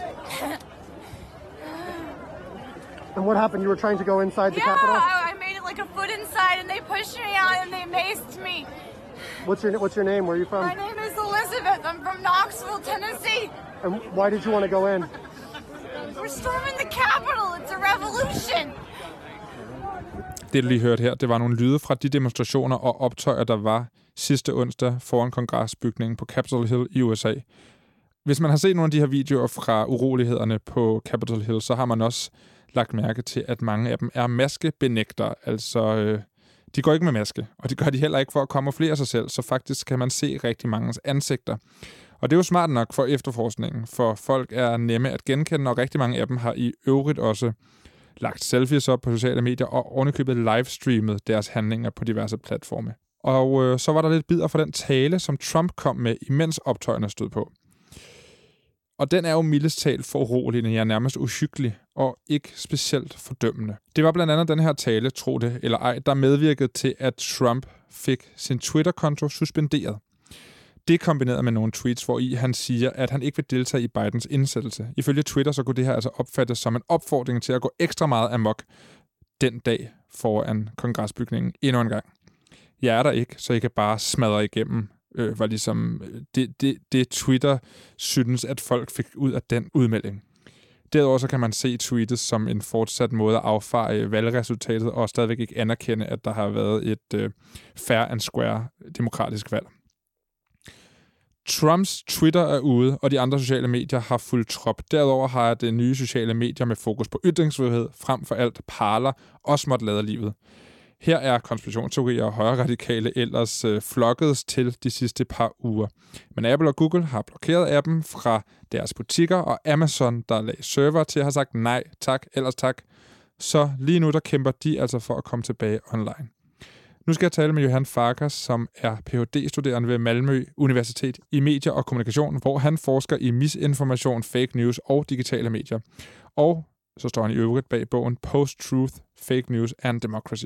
And what happened? You were trying to go inside the yeah, Capitol? Yeah, I, I made it like a foot inside, and they pushed me out, and they maced me. What's your What's your name? Where are you from? My name is Elizabeth. I'm from Knoxville, Tennessee. And why did you want to go in? We're storming the Capitol. It's a revolution. Det, du lige hørte her, det var nogle lyde fra de demonstrationer og optøjer, der var sidste onsdag foran kongresbygningen på Capitol Hill i U S A. Hvis man har set nogle af de her videoer fra urolighederne på Capitol Hill, så har man også lagt mærke til, at mange af dem er maskebenægtere. Altså, øh, de går ikke med maske, og de gør de heller ikke for at kamuflere sig selv, så faktisk kan man se rigtig manges ansigter. Og det er jo smart nok for efterforskningen, for folk er nemme at genkende, og rigtig mange af dem har i øvrigt også lagt selfies op på sociale medier og ovenikøbet livestreamet deres handlinger på diverse platforme. Og øh, så var der lidt bidder fra den tale, som Trump kom med, imens optøjerne stod på. Og den er jo mildest talt for uroligende, ja, nærmest uhyggelig og ikke specielt fordømmende. Det var blandt andet den her tale, tro det eller ej, der medvirkede til, at Trump fik sin Twitter-konto suspenderet. Det kombineret med nogle tweets, hvor i han siger, at han ikke vil deltage i Bidens indsættelse. Ifølge Twitter, så kunne det her altså opfattes som en opfordring til at gå ekstra meget amok den dag foran kongresbygningen endnu en gang. Jeg er der ikke, så I kan bare smadre igennem, øh, var ligesom det, det, det Twitter synes, at folk fik ud af den udmelding. Derudover så kan man se tweetet som en fortsat måde at affare valgresultatet og stadigvæk ikke anerkende, at der har været et øh, fair and square demokratisk valg. Trumps Twitter er ude, og de andre sociale medier har fulgt trop. Derudover har det nye sociale medier med fokus på ytringsfrihed, frem for alt Parler, også måtte lade livet. Her er konspirationsteorier og højreradikale ellers øh, flokkedes til de sidste par uger. Men Apple og Google har blokeret appen fra deres butikker, og Amazon, der lagde server til, har sagt nej, tak, ellers tak. Så lige nu der kæmper de altså for at komme tilbage online. Nu skal jeg tale med Johan Farkas, som er P H D-studerende ved Malmø Universitet i medier og kommunikation, hvor han forsker i misinformation, fake news og digitale medier. Og så står han i øvrigt bag bogen Post-Truth, Fake News and Democracy.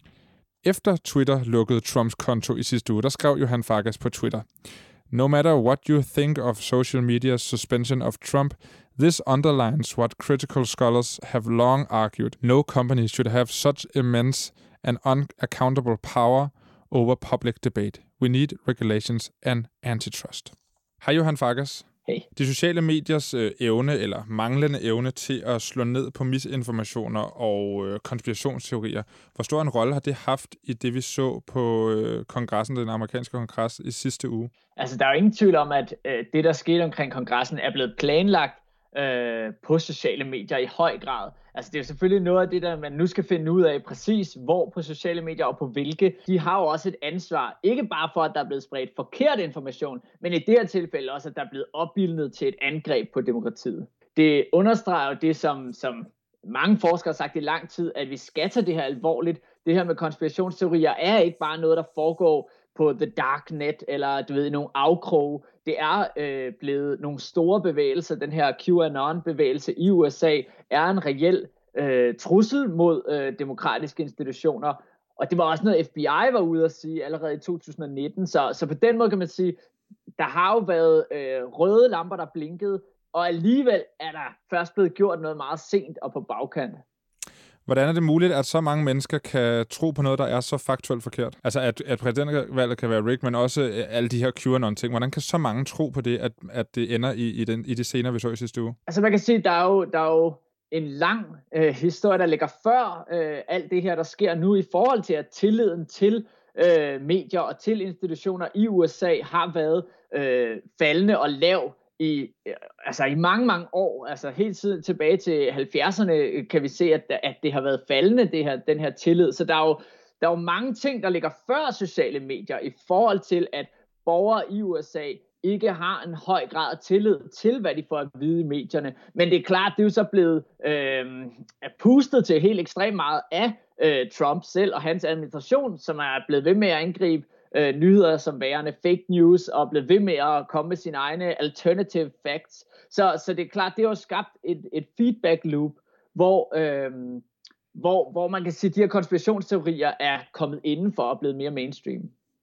Efter Twitter lukkede Trumps konto i sidste uge, der skrev Johan Farkas på Twitter: No matter what you think of social media's suspension of Trump, this underlines what critical scholars have long argued. No company should have such immense and unaccountable power over public debate. We need regulations and antitrust. Hej Johan Farkas. Hey. De sociale mediers øh, evne eller manglende evne til at slå ned på misinformationer og øh, konspirationsteorier, hvor stor en rolle har det haft i det, vi så på øh, kongressen, den amerikanske kongres i sidste uge? Altså, der er jo ingen tvivl om, at øh, det, der skete omkring kongressen, er blevet planlagt øh, på sociale medier i høj grad. Altså, det er jo selvfølgelig noget af det, der man nu skal finde ud af præcis, hvor på sociale medier og på hvilke. De har jo også et ansvar, ikke bare for, at der er blevet spredt forkert information, men i det her tilfælde også, at der er blevet opildnet til et angreb på demokratiet. Det understreger jo det, som, som mange forskere har sagt i lang tid, at vi skal tage det her alvorligt. Det her med konspirationsteorier er ikke bare noget, der foregår på the dark net, eller du ved, nogle afkroge. Det er øh, blevet nogle store bevægelser. Den her QAnon-bevægelse i U S A er en reel øh, trussel mod øh, demokratiske institutioner. Og det var også noget, F B I var ude at sige allerede i to tusind nitten. Så, så på den måde kan man sige, der har jo været øh, røde lamper, der blinkede, og alligevel er der først blevet gjort noget meget sent og på bagkant. Hvordan er det muligt, at så mange mennesker kan tro på noget, der er så faktuelt forkert? Altså, at, at præsidentvalget kan være rigged, men også alle de her QAnon-ting. Hvordan kan så mange tro på det, at, at det ender i, i, den, i det scener, vi så i sidste uge? Altså, man kan sige, der er jo, der er jo en lang øh, historie, der ligger før øh, alt det her, der sker nu, i forhold til, at tilliden til øh, medier og til institutioner i U S A har været øh, faldende og lav i, altså i mange, mange år, altså helt siden tilbage til halvfjerdserne, kan vi se, at, at det har været faldende, det her, den her tillid. Så der er, jo, der er jo mange ting, der ligger før sociale medier i forhold til, at borgere i U S A ikke har en høj grad af tillid til, hvad de får at vide i medierne. Men det er klart, det er jo så blevet øh, pustet til helt ekstremt meget af øh, Trump selv og hans administration, som er blevet ved med at angribe øh, nyheder som værende fake news, og blevet ved med at komme med sine egne alternative facts. Så, så det er klart, det har jo skabt et, et feedback loop, hvor, øh, hvor, hvor man kan sige, at de her konspirationsteorier er kommet indenfor og blevet mere mainstream.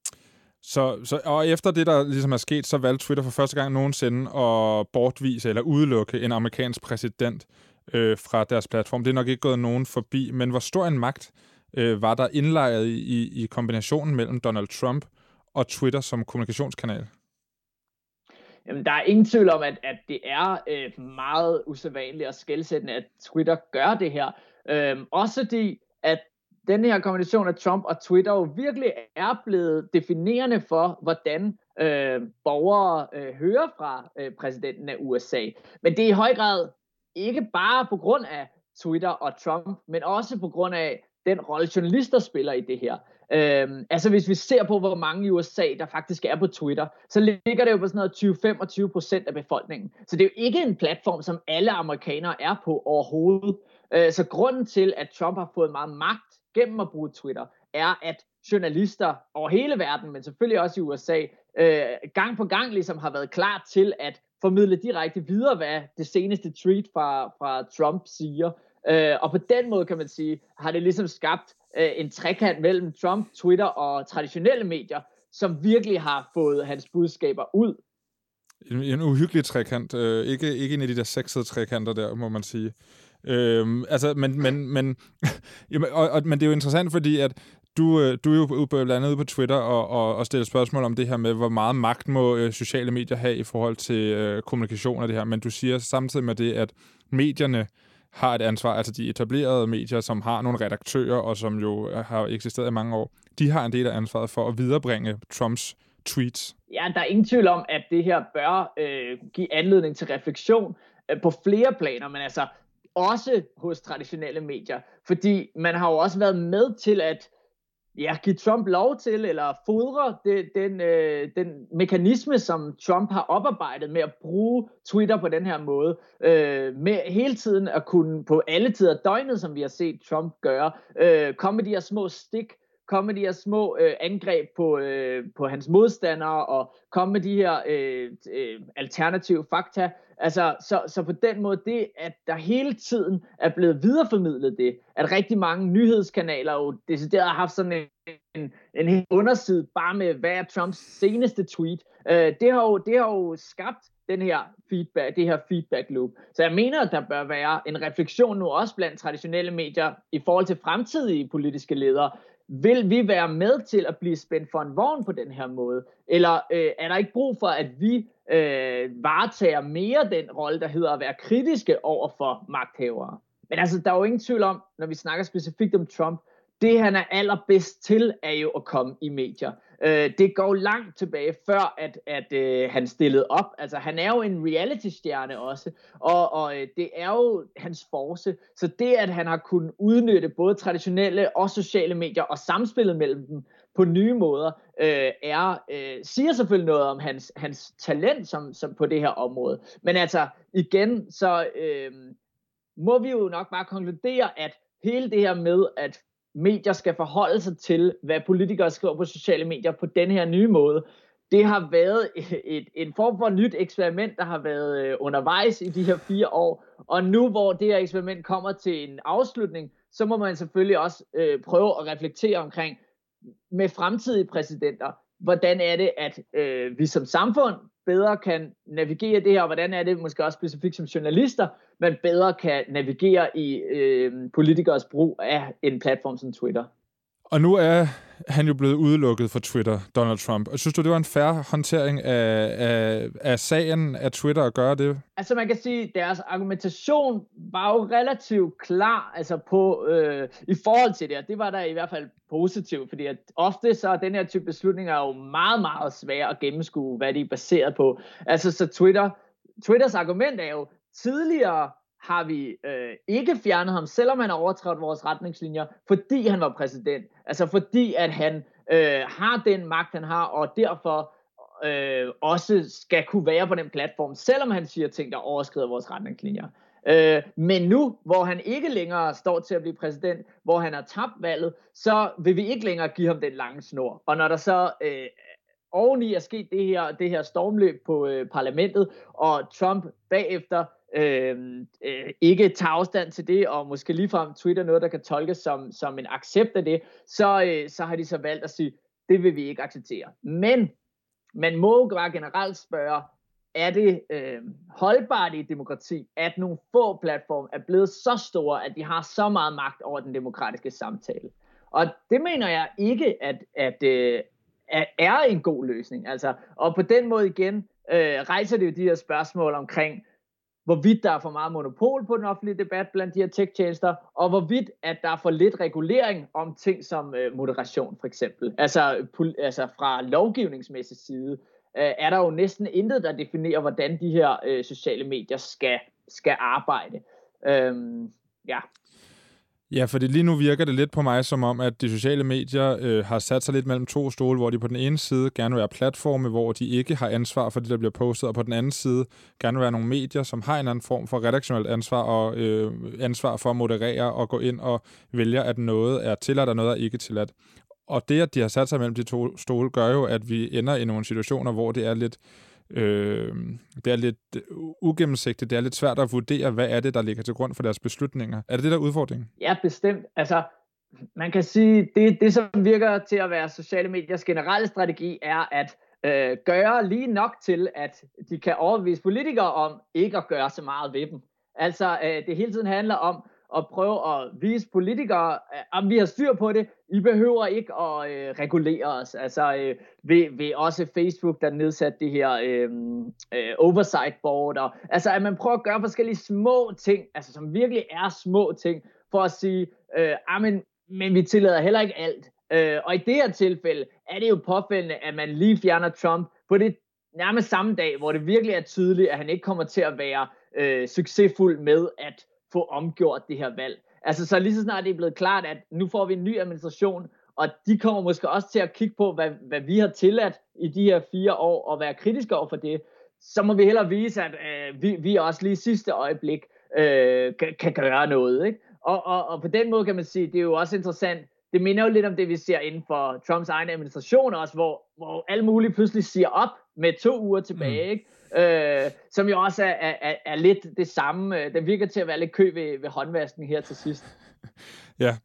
Så, så, og efter det, der ligesom er sket, så valgte Twitter for første gang nogensinde at bortvise eller udelukke en amerikansk præsident øh, fra deres platform. Det er nok ikke gået nogen forbi, men hvor stor en magt øh, var der indlejret i, i kombinationen mellem Donald Trump og Twitter som kommunikationskanal? Jamen, der er ingen tvivl om, at, at det er øh, meget usædvanligt og skelsættende, at Twitter gør det her. Øh, også fordi, at den her kombination af Trump og Twitter jo virkelig er blevet definerende for, hvordan øh, borgere øh, hører fra øh, præsidenten af U S A. Men det er i høj grad ikke bare på grund af Twitter og Trump, men også på grund af den rolle journalister spiller i det her. Øh, altså hvis vi ser på, hvor mange i U S A, der faktisk er på Twitter, så ligger det jo på sådan noget tyve til femogtyve procent af befolkningen. Så det er jo ikke en platform, som alle amerikanere er på overhovedet. Øh, så grunden til, at Trump har fået meget magt gennem at bruge Twitter, er, at journalister over hele verden, men selvfølgelig også i U S A, øh, gang på gang ligesom har været klar til at formidle direkte videre, hvad det seneste tweet fra, fra Trump siger. Øh, og på den måde, kan man sige, har det ligesom skabt øh, en trekant mellem Trump, Twitter og traditionelle medier, som virkelig har fået hans budskaber ud. En, en uhyggelig trekant. Øh, ikke, ikke en af de der sexede trekanter der, må man sige. Øhm, altså, men, men, men, og, og, men det er jo interessant, fordi at du, du er jo blandt andet ude på Twitter og, og, og stiller spørgsmål om det her med, hvor meget magt må øh, sociale medier have i forhold til øh, kommunikation af det her, men du siger samtidig med det, at medierne har et ansvar, altså de etablerede medier, som har nogle redaktører, og som jo har eksisteret i mange år, de har en del af ansvaret for at viderebringe Trumps tweets. Ja, der er ingen tvivl om, at det her bør øh, give anledning til refleksion øh, på flere planer, men altså også hos traditionelle medier, fordi man har jo også været med til at ja, give Trump lov til, eller fodre det, den, øh, den mekanisme, som Trump har oparbejdet med at bruge Twitter på den her måde, øh, med hele tiden at kunne på alle tider af døgnet, som vi har set Trump gøre, øh, komme med de her små stik, komme med de her små øh, angreb på, øh, på hans modstandere, og komme med de her øh, øh, alternative fakta. Altså, så, så på den måde, det, at der hele tiden er blevet videreformidlet det, at rigtig mange nyhedskanaler jo decideret har haft sådan en, en, en hel underside, bare med, hvad er Trumps seneste tweet, øh, det, har jo, det har jo skabt den her feedback, det her feedback loop. Så jeg mener, at der bør være en refleksion nu også blandt traditionelle medier i forhold til fremtidige politiske ledere. Vil vi være med til at blive spændt for en vogn på den her måde? Eller øh, er der ikke brug for, at vi øh, varetager mere den rolle, der hedder at være kritiske over for magthavere? Men altså, der er jo ingen tvivl om, når vi snakker specifikt om Trump, det han er allerbedst til, er jo at komme i medier. Øh, det går langt tilbage, før at, at øh, han stillede op. Altså, han er jo en reality-stjerne også, og, og øh, det er jo hans force. Så det, at han har kunnet udnytte både traditionelle og sociale medier og samspillet mellem dem på nye måder, øh, er, øh, siger selvfølgelig noget om hans, hans talent som, som på det her område. Men altså, igen, så øh, må vi jo nok bare konkludere, at hele det her med, at medier skal forholde sig til, hvad politikere skriver på sociale medier på den her nye måde, det har været et, et, en form for nyt eksperiment, der har været undervejs i de her fire år. Og nu, hvor det her eksperiment kommer til en afslutning, så må man selvfølgelig også øh, prøve at reflektere omkring med fremtidige præsidenter, hvordan er det, at øh, vi som samfund bedre kan navigere det her, og hvordan er det måske også specifikt som journalister, man bedre kan navigere i øh, politikers brug af en platform som Twitter. Og nu er han jo blevet udelukket fra Twitter, Donald Trump. Og synes du, det var en fair håndtering af, af, af sagen af Twitter at gøre det? Altså man kan sige, at deres argumentation var jo relativt klar altså på, øh, i forhold til det, og det var der i hvert fald positivt, fordi at ofte så er den her type beslutninger jo meget, meget svære at gennemskue, hvad de er baseret på. Altså så Twitter Twitters argument er jo, tidligere har vi øh, ikke fjernet ham, selvom han har overtrådt vores retningslinjer, fordi han var præsident. Altså fordi, at han øh, har den magt, han har, og derfor øh, også skal kunne være på den platform, selvom han siger ting, der overskrider vores retningslinjer. Øh, men nu, hvor han ikke længere står til at blive præsident, hvor han har tabt valget, så vil vi ikke længere give ham den lange snor. Og når der så øh, oveni er sket det her, det her stormløb på øh, parlamentet, og Trump bagefter øh, øh, ikke tager afstand til det, og måske ligefrem Twitter noget, der kan tolkes som, som en accept af det, så, øh, så har de så valgt at sige, det vil vi ikke acceptere. Men man må jo bare generelt spørge, er det øh, holdbart i et demokrati, at nogle få platforme er blevet så store, at de har så meget magt over den demokratiske samtale? Og det mener jeg ikke, at, at, øh, at er en god løsning. Altså, og på den måde igen øh, rejser det jo de her spørgsmål omkring, hvorvidt der er for meget monopol på den offentlige debat blandt de her tech-tjenester, og hvorvidt at der er for lidt regulering om ting som øh, moderation for eksempel. Altså, pol- altså fra lovgivningsmæssig side, er der jo næsten intet, der definerer, hvordan de her øh, sociale medier skal, skal arbejde. Øhm, ja. Ja, fordi lige nu virker det lidt på mig som om, at de sociale medier øh, har sat sig lidt mellem to stole, hvor de på den ene side gerne vil være platforme, hvor de ikke har ansvar for det, der bliver postet, og på den anden side gerne vil være nogle medier, som har en anden form for redaktionelt ansvar og øh, ansvar for at moderere og gå ind og vælge, at noget er tilladt og noget er ikke tilladt. Og det, at de har sat sig mellem de to stole, gør jo, at vi ender i nogle situationer, hvor det er lidt, øh, det er lidt ugennemsigtigt, det er lidt svært at vurdere, hvad er det, der ligger til grund for deres beslutninger. Er det det, der er udfordringen? Ja, bestemt. Altså, man kan sige, det, det som virker til at være sociale mediers generelle strategi, er at øh, gøre lige nok til, at de kan overbevise politikere om ikke at gøre så meget ved dem. Altså, øh, det hele tiden handler om, og prøve at vise politikere, om vi har styr på det. I behøver ikke at øh, regulere os. Altså øh, ved, ved også Facebook, der nedsatte det her øh, øh, oversight board. Og, altså at man prøver at gøre forskellige små ting, altså som virkelig er små ting, for at sige, øh, men, men vi tillader heller ikke alt. Øh, og i det her tilfælde er det jo påfældende, at man lige fjerner Trump på det nærmest samme dag, hvor det virkelig er tydeligt, at han ikke kommer til at være øh, succesfuld med at få omgjort det her valg. Altså så lige så snart det er blevet klart, at nu får vi en ny administration, og de kommer måske også til at kigge på, hvad, hvad vi har tilladt i de her fire år, og være kritiske over for det, så må vi hellere vise, at øh, vi, vi også lige i sidste øjeblik øh, kan, kan gøre noget. Ikke? Og, og, og på den måde kan man sige, det er jo også interessant, det minder jo lidt om det, vi ser inden for Trumps egen administration også, hvor, hvor alle mulige pludselig siger op med to uger tilbage, ikke? Øh, som jo også er, er, er lidt det samme. Den virker til at være lidt kø ved, ved håndvasken her til sidst. Ja.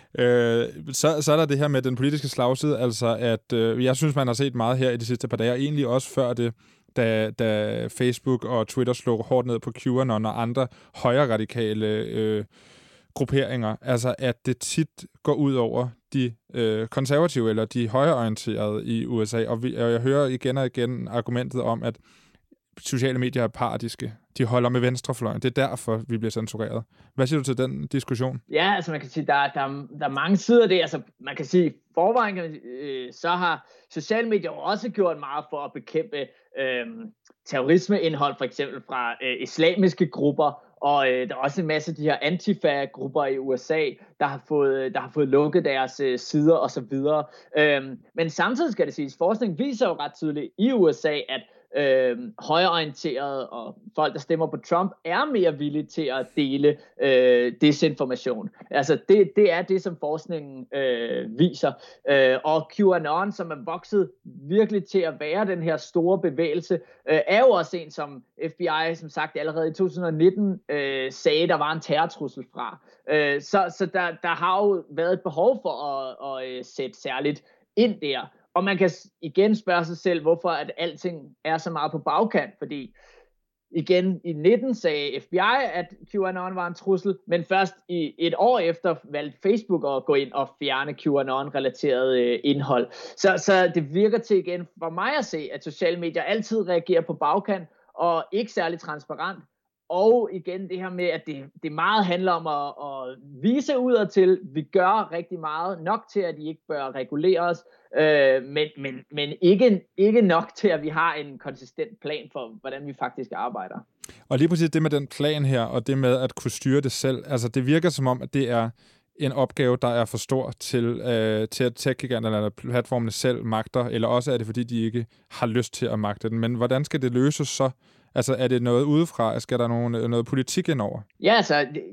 Øh, så, så er der det her med den politiske slagside, altså at øh, jeg synes, man har set meget her i de sidste par dage, og egentlig også før det, da, da Facebook og Twitter slog hårdt ned på QAnon og andre højre radikale øh, grupperinger, altså at det tit går ud over de øh, konservative eller de højreorienterede i U S A, og, vi, og jeg hører igen og igen argumentet om, at sociale medier er partiske. De holder med venstrefløjen. Det er derfor, vi bliver censureret. Hvad siger du til den diskussion? Ja, altså man kan sige, der, der, der er mange sider af det. Altså man kan sige, forvejen kan man, øh, så har sociale medier også gjort meget for at bekæmpe øh, terrorismeindhold, for eksempel fra øh, islamiske grupper, og øh, der er også en masse af de her antifa-grupper i U S A, der har fået, der har fået lukket deres øh, sider osv. Øh, men samtidig skal det siges, forskning viser jo ret tydeligt i U S A, at Øh, højreorienterede og folk, der stemmer på Trump, er mere villige til at dele øh, desinformation. Altså det, det er det, som forskningen øh, viser. Øh, og QAnon, som er vokset virkelig til at være den her store bevægelse, øh, er jo også en, som F B I, som sagt, allerede i to tusind nitten øh, sagde, der var en terrortrussel fra. Øh, så så der, der har jo været et behov for at, at, at sætte særligt ind der. Og man kan igen spørge sig selv, hvorfor at alting er så meget på bagkant, fordi igen i nitten sagde F B I, at QAnon var en trussel, men først i et år efter valgte Facebook at gå ind og fjerne QAnon-relateret øh, indhold. Så, så det virker til igen for mig at se, at sociale medier altid reagerer på bagkant og ikke særlig transparent. Og igen det her med, at det, det meget handler om at, at vise udadtil, vi gør rigtig meget, nok til, at de ikke bør regulere os, øh, men, men, men ikke, ikke nok til, at vi har en konsistent plan for, hvordan vi faktisk arbejder. Og lige præcis det med den plan her, og det med at kunne styre det selv, altså det virker som om, at det er en opgave, der er for stor til, øh, til at tech-giganterne eller platformene selv magter, eller også er det, fordi de ikke har lyst til at magte den. Men hvordan skal det løses så? Altså, er det noget udefra? Skal der nogen, noget politik indover? Ja, altså,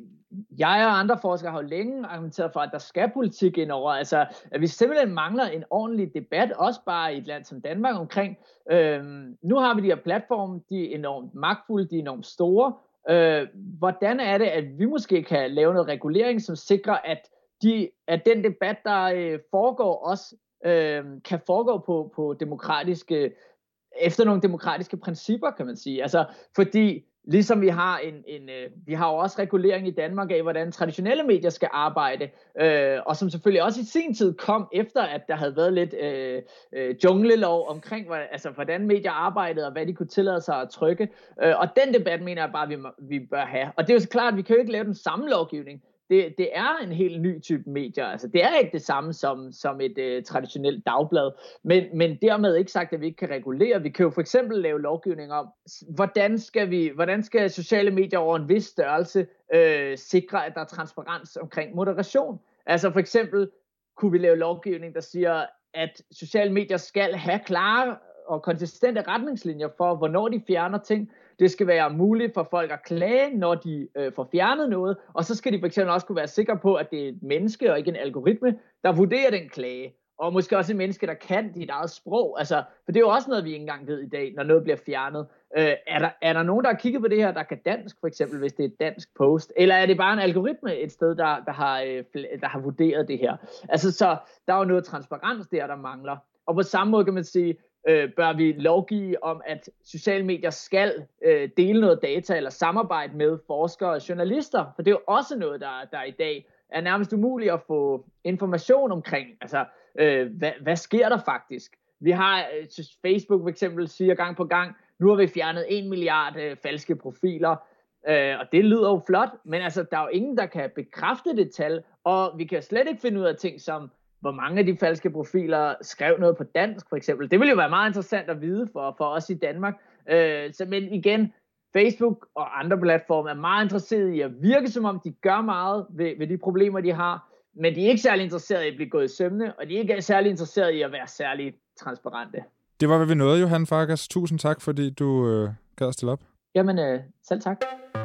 jeg og andre forskere har jo længe argumenteret for, at der skal politik indover. Altså, at vi simpelthen mangler en ordentlig debat, også bare i et land som Danmark omkring. Øhm, nu har vi de her platforme, de er enormt magtfulde, de er enormt store. Øh, hvordan er det, at vi måske kan lave noget regulering, som sikrer, at, de, at den debat, der øh, foregår også, øh, kan foregå på, på demokratiske efter nogle demokratiske principper, kan man sige. Altså, fordi ligesom vi har en, en øh, vi har jo også regulering i Danmark af, hvordan traditionelle medier skal arbejde, øh, og som selvfølgelig også i sin tid kom efter, at der havde været lidt øh, øh, junglelov omkring, altså, hvordan medier arbejdede, og hvad de kunne tillade sig at trykke. Øh, og den debat mener jeg bare, vi, vi bør have. Og det er jo så klart, at vi kan jo ikke lave den samme lovgivning. Det, det er en helt ny type medier. Altså, det er ikke det samme som, som et øh, traditionelt dagblad. Men, men dermed ikke sagt, at vi ikke kan regulere. Vi kan jo for eksempel lave lovgivning om, hvordan skal, vi, hvordan skal sociale medier over en vis størrelse øh, sikre, at der er transparens omkring moderation. Altså for eksempel kunne vi lave lovgivning, der siger, at sociale medier skal have klare og konsistente retningslinjer for, hvornår de fjerner ting. Det skal være muligt for folk at klage, når de øh, får fjernet noget, og så skal de for eksempel også kunne være sikre på, at det er et menneske og ikke en algoritme, der vurderer den klage. Og måske også et menneske, der kan dit eget sprog. Altså, for det er jo også noget, vi ikke engang ved i dag, når noget bliver fjernet. Øh, er, der, er der nogen, der har kigget på det her, der kan dansk, for eksempel, hvis det er et dansk post? Eller er det bare en algoritme et sted, der, der, har, øh, der har vurderet det her? Altså, så der er jo noget transparens der, der mangler. Og på samme måde kan man sige, øh, bør vi lovgive om, at sociale medier skal øh, dele noget data eller samarbejde med forskere og journalister. For det er jo også noget, der, der i dag er nærmest umuligt at få information omkring. Altså, øh, hvad, hvad sker der faktisk? Vi har, øh, Facebook for eksempel siger gang på gang, nu har vi fjernet en milliard øh, falske profiler. Øh, og det lyder jo flot, men altså, der er jo ingen, der kan bekræfte det tal. Og vi kan slet ikke finde ud af ting som, hvor mange af de falske profiler skrev noget på dansk, for eksempel. Det ville jo være meget interessant at vide for, for os i Danmark. Øh, så, men igen, Facebook og andre platforme er meget interesserede i at virke, som om de gør meget ved, ved de problemer, de har, men de er ikke særlig interesserede i at blive gået i sømne, og de er ikke særlig interesserede i at være særlig transparente. Det var, hvad vi nåede, Johan Farkas. Tusind tak, fordi du øh, gad at stille op. Jamen, øh, selv tak.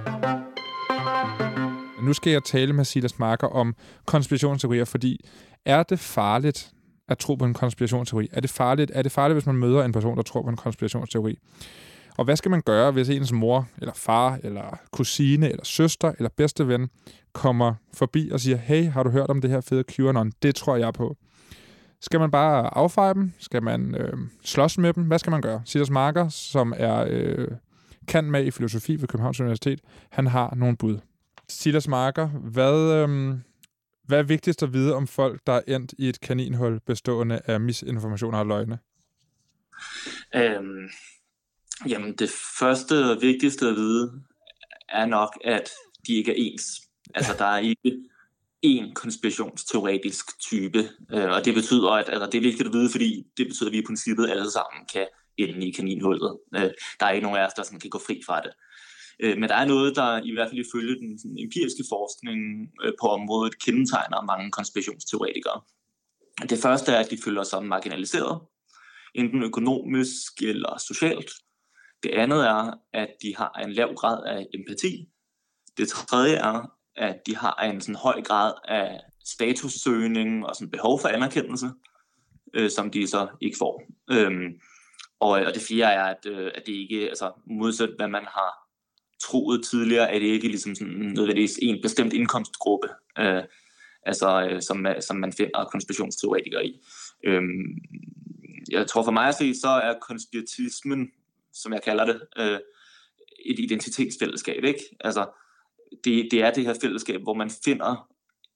Nu skal jeg tale med Silas Marker om konspirationsteorier, fordi er det farligt at tro på en konspirationsteori? Er det farligt, er det farligt, hvis man møder en person, der tror på en konspirationsteori? Og hvad skal man gøre, hvis ens mor, eller far, eller kusine, eller søster, eller bedste ven kommer forbi og siger, hey, har du hørt om det her fede QAnon? Det tror jeg på. Skal man bare affeje dem? Skal man øh, slås med dem? Hvad skal man gøre? Silas Marker, som er øh, kan med i filosofi ved Københavns Universitet, han har nogle bud. Silas Marker, hvad, øh, hvad er vigtigst at vide om folk, der er endt i et kaninhul bestående af misinformationer og løgne? Øhm, jamen, det første og vigtigste at vide er nok, at de ikke er ens. Altså, der er ikke en konspirationsteoretisk type, øh, og det betyder, at altså, det er vigtigt at vide, fordi det betyder, at vi i princippet alle sammen kan ende i kaninhullet. Øh, der er ikke nogen af os, der sådan, kan gå fri fra det. Øh, men der er noget, der i hvert fald ifølge den sådan, empiriske forskning øh, på området kendetegner mange konspirationsteoretikere. Det første er, at de føler sig marginaliseret, enten økonomisk eller socialt. Det andet er, at de har en lav grad af empati. Det tredje er, at de har en sådan høj grad af statussøgning og sådan behov for anerkendelse, øh, som de så ikke får. Øhm, og, og det fjerde er, at, øh, at det ikke, altså modsat hvad man har troet tidligere, er det ikke ligesom sådan nødvendigvis en bestemt indkomstgruppe, øh, altså øh, som, som man finder konspirationsteoretikere i. Øhm, jeg tror for mig at se, så er konspiratismen, som jeg kalder det, øh, et identitetsfællesskab, ikke? Altså Det, det er det her fællesskab, hvor man finder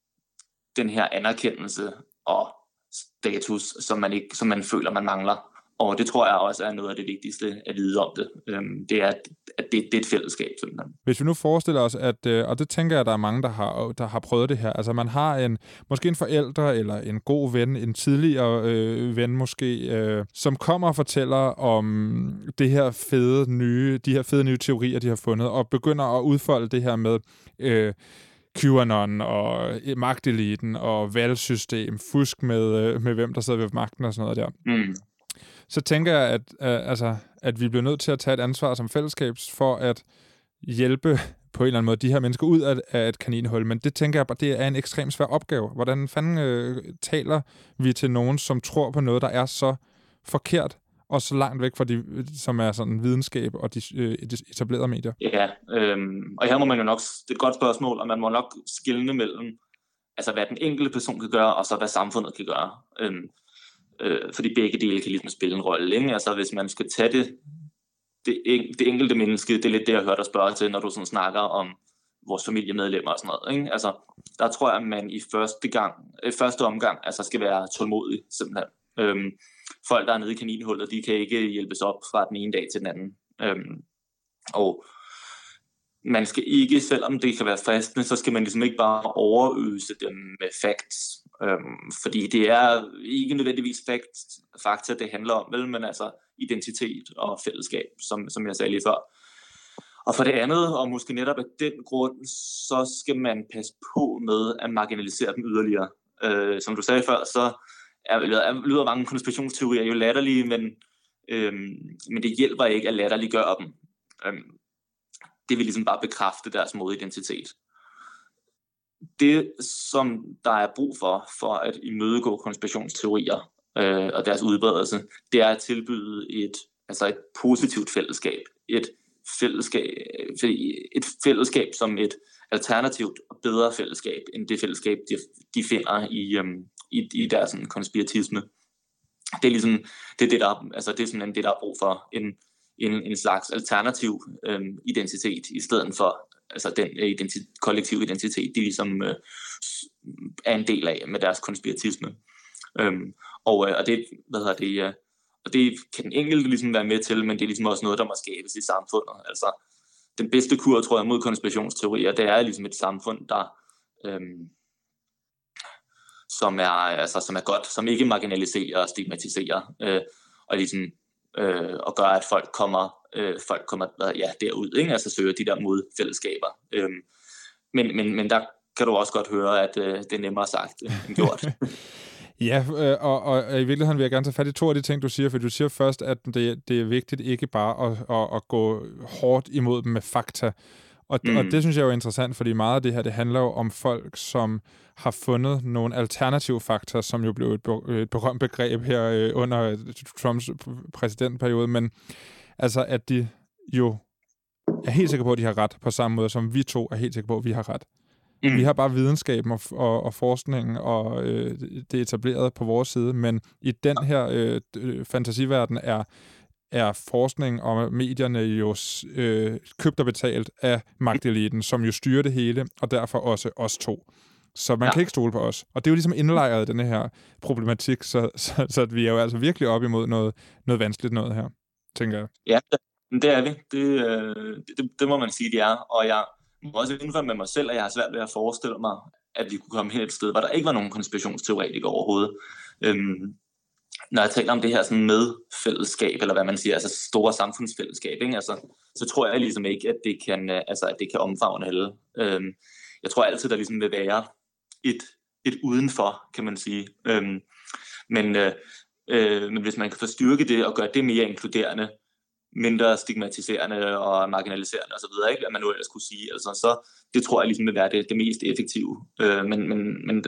den her anerkendelse og status, som man, ikke, som man føler, man mangler Og det tror jeg også er noget af det vigtigste at vide om det. Øhm, det er, at det, det er et fællesskab, simpelthen. Hvis vi nu forestiller os, at, og det tænker jeg, at der er mange, der har, der har prøvet det her, altså man har en, måske en forælder eller en god ven, en tidligere øh, ven måske, øh, som kommer og fortæller om det her fede nye, de her fede nye teorier, de har fundet, og begynder at udfolde det her med øh, QAnon og magteliten og valgsystem, fusk med, med hvem der sidder ved magten og sådan noget der. Mm. Så tænker jeg, at, uh, altså, at vi bliver nødt til at tage et ansvar som fællesskab for at hjælpe på en eller anden måde de her mennesker ud af, af et kaninhul. Men det tænker jeg bare, det er en ekstremt svær opgave. Hvordan fanden uh, taler vi til nogen, som tror på noget, der er så forkert og så langt væk fra de, som er sådan videnskab og de, uh, de etablerede medier? Ja, øhm, og her må man jo nok, det er et godt spørgsmål, og man må nok skelne mellem, altså hvad den enkelte person kan gøre, og så hvad samfundet kan gøre. Øhm, øh, fordi begge dele kan ligesom spille en rolle, ikke? Altså hvis man skal tage det, det, det enkelte menneske, det er lidt det, jeg hørte dig spørge til, når du sådan snakker om vores familiemedlemmer og sådan noget, ikke? Altså der tror jeg, at man i første gang, i første omgang, altså skal være tålmodig, simpelthen. Øhm, folk, der er nede i kaninhullet, de kan ikke hjælpes op fra den ene dag til den anden. Øhm, og man skal ikke, selvom det kan være fristende, så skal man ligesom ikke bare overøse dem med facts. Øhm, fordi det er ikke nødvendigvis facts, fakta, det handler om, vel, men altså identitet og fællesskab, som, som jeg sagde lige før. Og for det andet, og måske netop af den grund, så skal man passe på med at marginalisere dem yderligere. Øh, som du sagde før, så er, er, lyder mange konspirationsteorier jo latterlige, men, øhm, men det hjælper ikke at latterliggøre dem. Øhm, det vil ligesom bare bekræfte deres modidentitet. Det, som der er brug for, for at imødegå konspirationsteorier øh, og deres udbredelse, det er at tilbyde et, altså et positivt fællesskab. Et fællesskab, et fællesskab som et alternativt og bedre fællesskab, end det fællesskab, de, de finder i, um, i, i deres sådan, konspiratisme. Det er ligesom, det er det, der, altså, det er sådan det, der er brug for, en, en, en slags alternativ øhm, identitet, i stedet for altså den identi- kollektive identitet, de ligesom øh, er en del af med deres konspiratisme. Øhm, og, øh, og det, hvad hedder det, øh, og det kan den enkelte ligesom være med til, men det er ligesom også noget, der må skabes i samfundet. Altså, den bedste kur, tror jeg, mod konspirationsteorier, det er ligesom et samfund, der øhm, som er, altså, som er godt, som ikke marginaliserer og stigmatiserer, øh, og ligesom øh, og gør, at folk kommer, øh, folk kommer ja, derud, ikke? Altså søger de der modfællesskaber. Øh, men, men, men der kan du også godt høre, at øh, det er nemmere sagt end gjort. Ja, øh, og, og i virkeligheden vil jeg gerne tage fat i to af de ting, du siger, for du siger først, at det, det er vigtigt ikke bare at, at, at gå hårdt imod dem med fakta. Og, mm. og det synes jeg er jo interessant, fordi meget af det her, det handler jo om folk, som har fundet nogle alternative fakta, som jo blev et, et berømt begreb her øh, under Trumps præsidentperiode, men altså, at de jo er helt sikre på, at de har ret, på samme måde, som vi to er helt sikre på, at vi har ret. Mm. Vi har bare videnskaben og, og, og forskningen og øh, det etableret på vores side, men i den her øh, fantasiverden er er forskning og medierne jo øh, købt og betalt af magteliten, som jo styrer det hele, og derfor også os to. Så man ja. kan ikke stole på os. Og det er jo ligesom indlejret i denne her problematik, så, så, så vi er jo altså virkelig op imod noget, noget vanskeligt noget her, tænker jeg. Ja, det er vi. Det, øh, det, det må man sige, det er. Og jeg må også indrømme med mig selv, at jeg har svært ved at forestille mig, at vi kunne komme hen et sted, hvor der ikke var nogen konspirationsteoretikere overhovedet. Øhm, Når jeg taler om det her sådan medfællesskab, eller hvad man siger, altså store samfundsfællesskab, ikke? Altså, så tror jeg ligesom ikke, at det kan, altså, at det kan omfavne alle. Øhm, jeg tror altid, der ligesom vil være et, et udenfor, kan man sige. Øhm, men, øh, øh, men hvis man kan forstyrke det og gøre det mere inkluderende, mindre stigmatiserende og marginaliserende osv., ikke? Hvad man nu ellers kunne sige, altså, så det tror jeg ligesom vil være det, det mest effektive. Øh, men, men, men,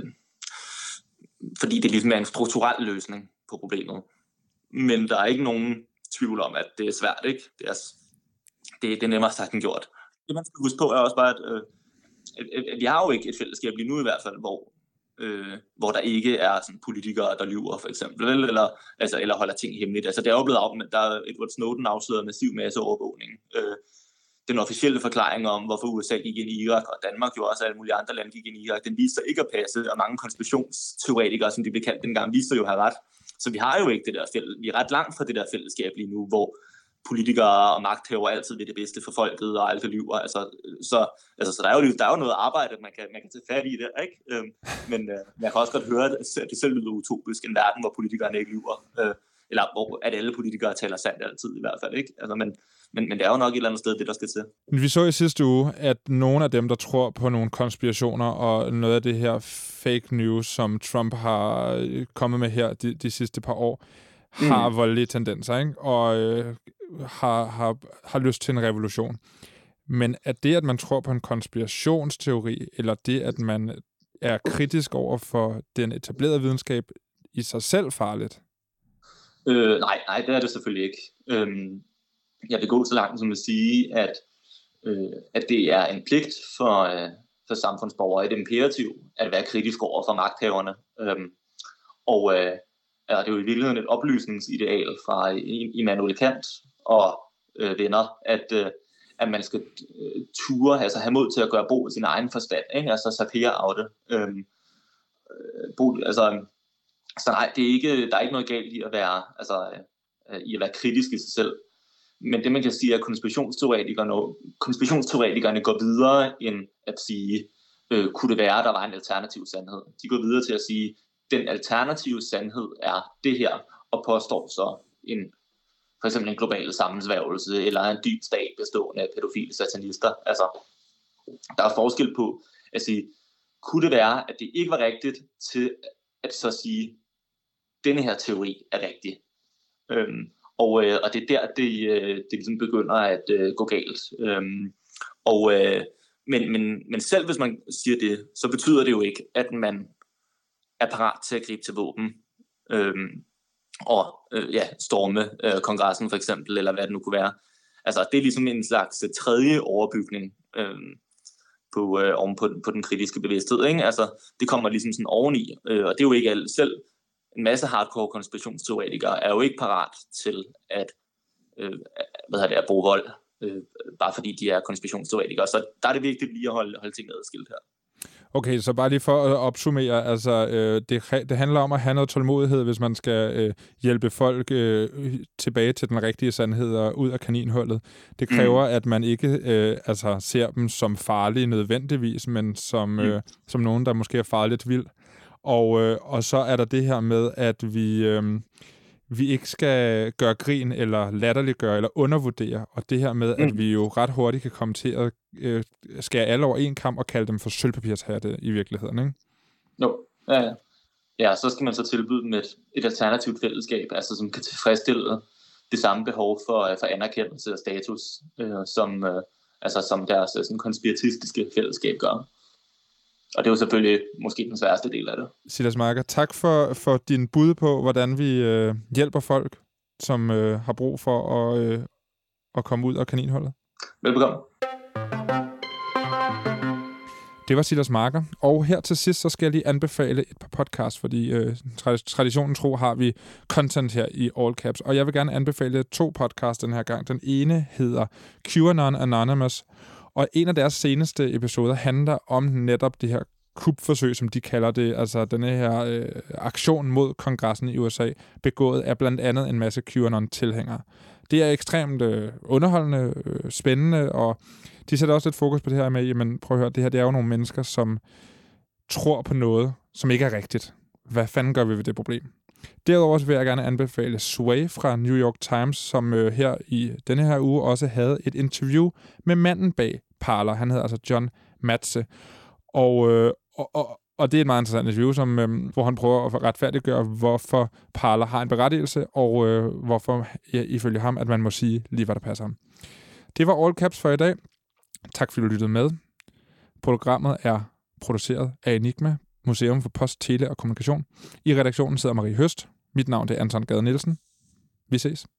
fordi det ligesom er en strukturel løsning på problemet. Men der er ikke nogen tvivl om, at det er svært, ikke? Det er, det, det er nemmere sagt end gjort. Det man skal huske på er også bare, at, øh, at, at, at vi har jo ikke et fællesskab lige nu i hvert fald, hvor, øh, hvor der ikke er sådan politikere, der lyver for eksempel, eller, altså, eller holder ting hemmeligt. Altså det er jo blevet af, der er Edward Snowden afsløret massiv masseovervågning. Øh, den officielle forklaring om, hvorfor U S A gik ind i Irak, og Danmark jo også, og alle mulige andre lande gik ind i Irak, den viste sig ikke at passe, og mange konspirationsteoretikere, som de blev kaldt dengang, viste sig jo at have ret. Så vi har jo ikke det der fælles, vi er ret langt fra det der fællesskab lige nu, hvor politikere og magthavere altid vil det bedste for folket og aldrig lyver. Altså, så, altså, så der er jo, der er jo noget arbejde, man kan, man kan tage fat i det, ikke? Øhm, men øh, jeg kan også godt høre, at det selv lyder utopisk, en verden, hvor politikerne ikke lyver. Øh, eller hvor at alle politikere taler sandt altid i hvert fald, ikke? Altså, men, men, men det er jo nok et eller andet sted, det der skal til. Vi så i sidste uge, at nogle af dem, der tror på nogle konspirationer og noget af det her fake news, som Trump har kommet med her de, de sidste par år, har mm. voldelige tendenser, ikke? Og øh, har, har, har lyst til en revolution. Men er det, at man tror på en konspirationsteori, eller det, at man er kritisk over for den etablerede videnskab, i sig selv farligt? Øh, nej, nej, det er det selvfølgelig ikke. Øhm, jeg vil gå så langt som at sige, at, øh, at det er en pligt for, øh, for samfundsborgere, et imperativ, at være kritisk over for magthaverne. Øhm, og øh, er det jo i virkeligheden et oplysningsideal fra Immanuel Kant og øh, venner, at, øh, at man skal øh, ture, altså have mod til at gøre brug af sin egen forstand, ikke? Altså sapere af det. Øhm, øh, brug, altså, så nej, det er ikke, der er ikke noget galt i at være, altså, øh, i at være kritisk i sig selv. Men det man kan sige er, at konspirationsteoretikerne, konspirationsteoretikerne går videre end at sige, øh, kunne det være, at der var en alternativ sandhed. De går videre til at sige, den alternative sandhed er det her, og påstår så en, for eksempel en global sammensværgelse, eller en dyb stat bestående af pædofile satanister. Altså, der er forskel på at sige, kunne det være, at det ikke var rigtigt, til at så sige, denne her teori er rigtig. Øhm, og, øh, og det er der, det, øh, det ligesom begynder at øh, gå galt. Øhm, og, øh, men, men, men selv hvis man siger det, så betyder det jo ikke, at man er parat til at gribe til våben øhm, og øh, ja, storme øh, kongressen for eksempel, eller hvad det nu kunne være. Altså, det er ligesom en slags tredje overbygning øh, på, øh, oven på, på den kritiske bevidsthed, ikke? Altså, det kommer ligesom sådan oveni, øh, og det er jo ikke alle selv. En masse hardcore konspirationsteoretikere er jo ikke parat til at, øh, hvad hedder det, at bruge vold, øh, bare fordi de er konspirationsteoretikere. Så der er det vigtigt lige at holde, holde tingene adskilt her. Okay, så bare lige for at opsummere, altså øh, det, det handler om at have noget tålmodighed, hvis man skal øh, hjælpe folk øh, tilbage til den rigtige sandhed og ud af kaninhullet. Det kræver, mm. at man ikke øh, altså, ser dem som farlige nødvendigvis, men som, øh, mm. som nogen, der måske er farligt vild. Og, øh, og så er der det her med, at vi, øh, vi ikke skal gøre grin eller latterliggøre eller undervurdere, og det her med, mm. at vi jo ret hurtigt kan komme til at øh, skære alle over en kam og kalde dem for sølvpapirshatte i virkeligheden, ikke? Jo, ja, ja. Ja, så skal man så tilbyde dem et, et alternativt fællesskab, altså som kan tilfredsstille det samme behov for, for anerkendelse og status, øh, som, øh, altså, som deres sådan, konspiratistiske fællesskab gør. Og det er jo selvfølgelig måske den sværeste del af det. Silas Marker, tak for, for din bud på, hvordan vi øh, hjælper folk, som øh, har brug for at, øh, at komme ud af kaninhullet. Velbekomme. Det var Silas Marker. Og her til sidst, så skal jeg lige anbefale et par podcasts, fordi øh, traditionen tro har vi content her i All Caps. Og jeg vil gerne anbefale to podcasts den her gang. Den ene hedder QAnon Anonymous, og en af deres seneste episoder handler om netop det her kupforsøg, som de kalder det, altså denne her øh, aktion mod kongressen i U S A, begået af blandt andet en masse QAnon-tilhængere. Det er ekstremt øh, underholdende, øh, spændende, og de sætter også lidt fokus på det her med, jamen prøv at høre, det her det er jo nogle mennesker, som tror på noget, som ikke er rigtigt. Hvad fanden gør vi ved det problem? Derudover vil jeg gerne anbefale Sway fra New York Times, som øh, her i denne her uge også havde et interview med manden bag Parler. Han hedder altså John Matze. Og, øh, og, og, og det er et meget interessant interview, som, øh, hvor han prøver at retfærdiggøre, hvorfor Parler har en berettigelse, og øh, hvorfor, ja, ifølge ham, at man må sige lige, hvad der passer ham. Det var All Caps for i dag. Tak fordi du lyttede med. Programmet er produceret af Enigma, Museum for Post, Tele og Kommunikation. I redaktionen sidder Marie Høst. Mit navn er Anton Gade Nielsen. Vi ses.